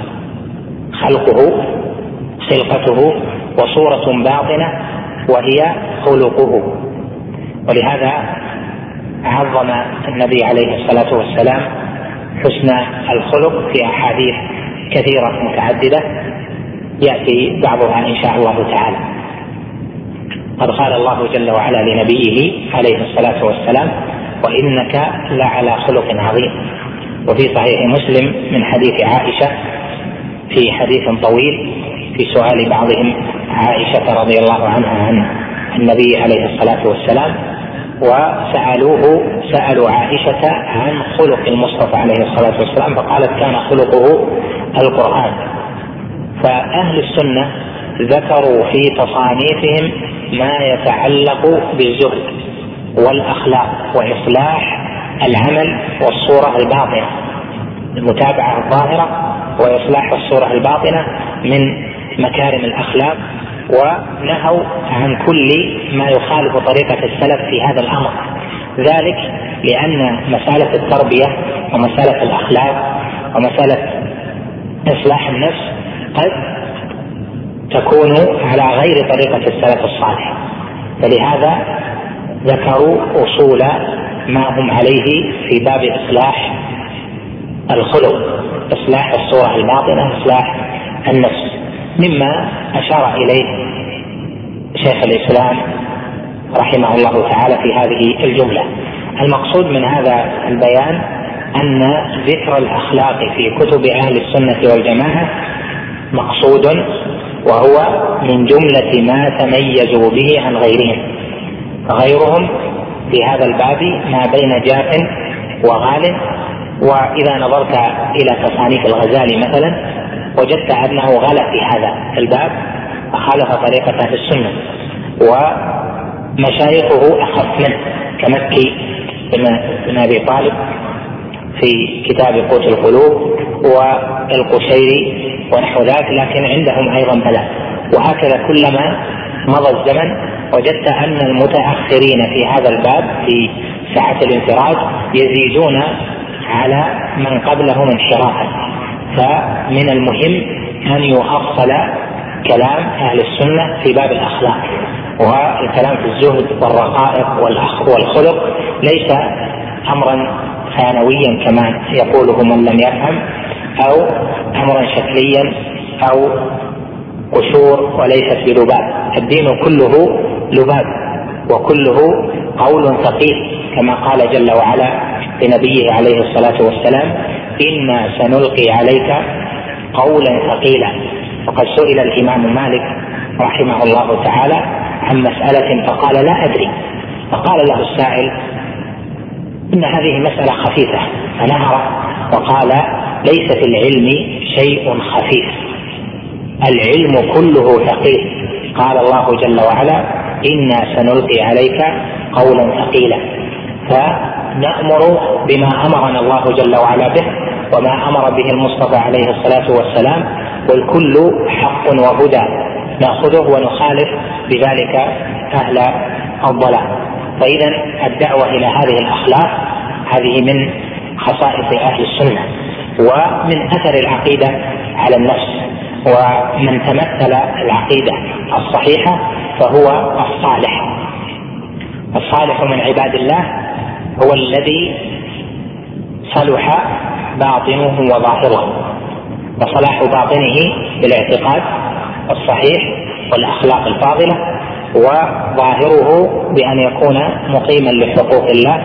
خلقه خلقته، وصورة باطنة وهي خلقه. ولهذا عظم النبي عليه الصلاة والسلام حسن الخلق في أحاديث كثيرة متعددة يأتي بعضها إن شاء الله تعالى. قد قال الله جل وعلا لنبيه عليه الصلاة والسلام: وإنك لعلى خلق عظيم. وفي صحيح مسلم من حديث عائشة في حديث طويل في سؤال بعضهم عائشة رضي الله عنها عن النبي عليه الصلاة والسلام، سألوا عائشة عن خلق المصطفى عليه الصلاة والسلام، فقالت: كان خلقه القرآن. فأهل السنة ذكروا في تصانيفهم ما يتعلق بالزهد والأخلاق وإصلاح العمل والصورة الباطنة، المتابعة الظاهرة وإصلاح الصورة الباطنة من مكارم الأخلاق، ونهوا عن كل ما يخالف طريقة السلف في هذا الأمر. ذلك لأن مسألة التربية ومسألة الأخلاق ومسألة إصلاح النفس قد تكون على غير طريقة السلف الصالح، فلهذا ذكروا أصول ما هم عليه في باب إصلاح الخلق، إصلاح الصورة الباطنة، إصلاح النفس، مما أشار إليه شيخ الإسلام رحمه الله تعالى في هذه الجملة. المقصود من هذا البيان أن ذكر الأخلاق في كتب أهل السنة والجماعة مقصود، وهو من جملة ما تميزوا به عن غيرهم. غيرهم في هذا الباب ما بين جاف وغال، وإذا نظرت إلى تصانيف الغزالي مثلا وجدت أنه غلا في هذا الباب وخالف طريقة أهل السنة، ومشايخه أخف منه كمكي بن أبي طالب في كتاب قوت القلوب والقشيري ونحو ذلك، لكن عندهم أيضا بلاء. وهكذا كلما مضى الزمن وجدت أن المتأخرين في هذا الباب في سعة الانفراد يزيدون على من قبلهم انحرافا. فمن المهم أن يؤصل كلام أهل السنة في باب الأخلاق، والكلام في الزهد والرقائق والخلق ليس أمرا ثانويا كما يقوله من لم يفهم، أو أمرا شكليا أو قشور وليست بلباب. الدين كله لباب وكله قول ثقيل، كما قال جل وعلا لنبيه عليه الصلاة والسلام: إنا سنلقي عليك قولا ثقيلا. وقد سئل الإمام مالك رحمه الله تعالى عن مسألة فقال: لا أدري. فقال له السائل: إن هذه مسألة خفيفة. فنهر وقال: ليس في العلم شيء خفيف، العلم كله ثقيل. قال الله جل وعلا: إنا سنلقي عليك قولا ثقيلا. فنأمر بما أمرنا الله جل وعلا به وما أمر به المصطفى عليه الصلاة والسلام، والكل حق وهدى، نأخذه ونخالف بذلك أهل الضلال. فإذا الدعوة إلى هذه الأخلاق هذه من خصائص أهل السنة، ومن أثر العقيدة على النفس. ومن تمثل العقيدة الصحيحة فهو الصالح. الصالح من عباد الله هو الذي صلح باطنه وظاهره، وصلاح باطنه بالاعتقاد الصحيح والأخلاق الفاضلة، وظاهره بأن يكون مقيما لحقوق الله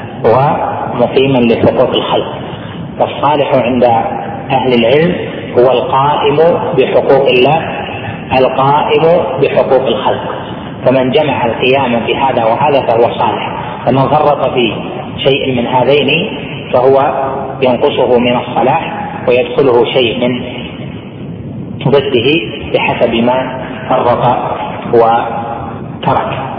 ومقيما لحقوق الخلق. والصالح عند أهل العلم هو القائم بحقوق الله القائم بحقوق الخلق. فمن جمع القيام بهذا وهذا فهو صالح، فمن فرط في شيء من هذين فهو ينقصه من الصلاح ويدخله شيء من ضده بحسب ما فرط وترك.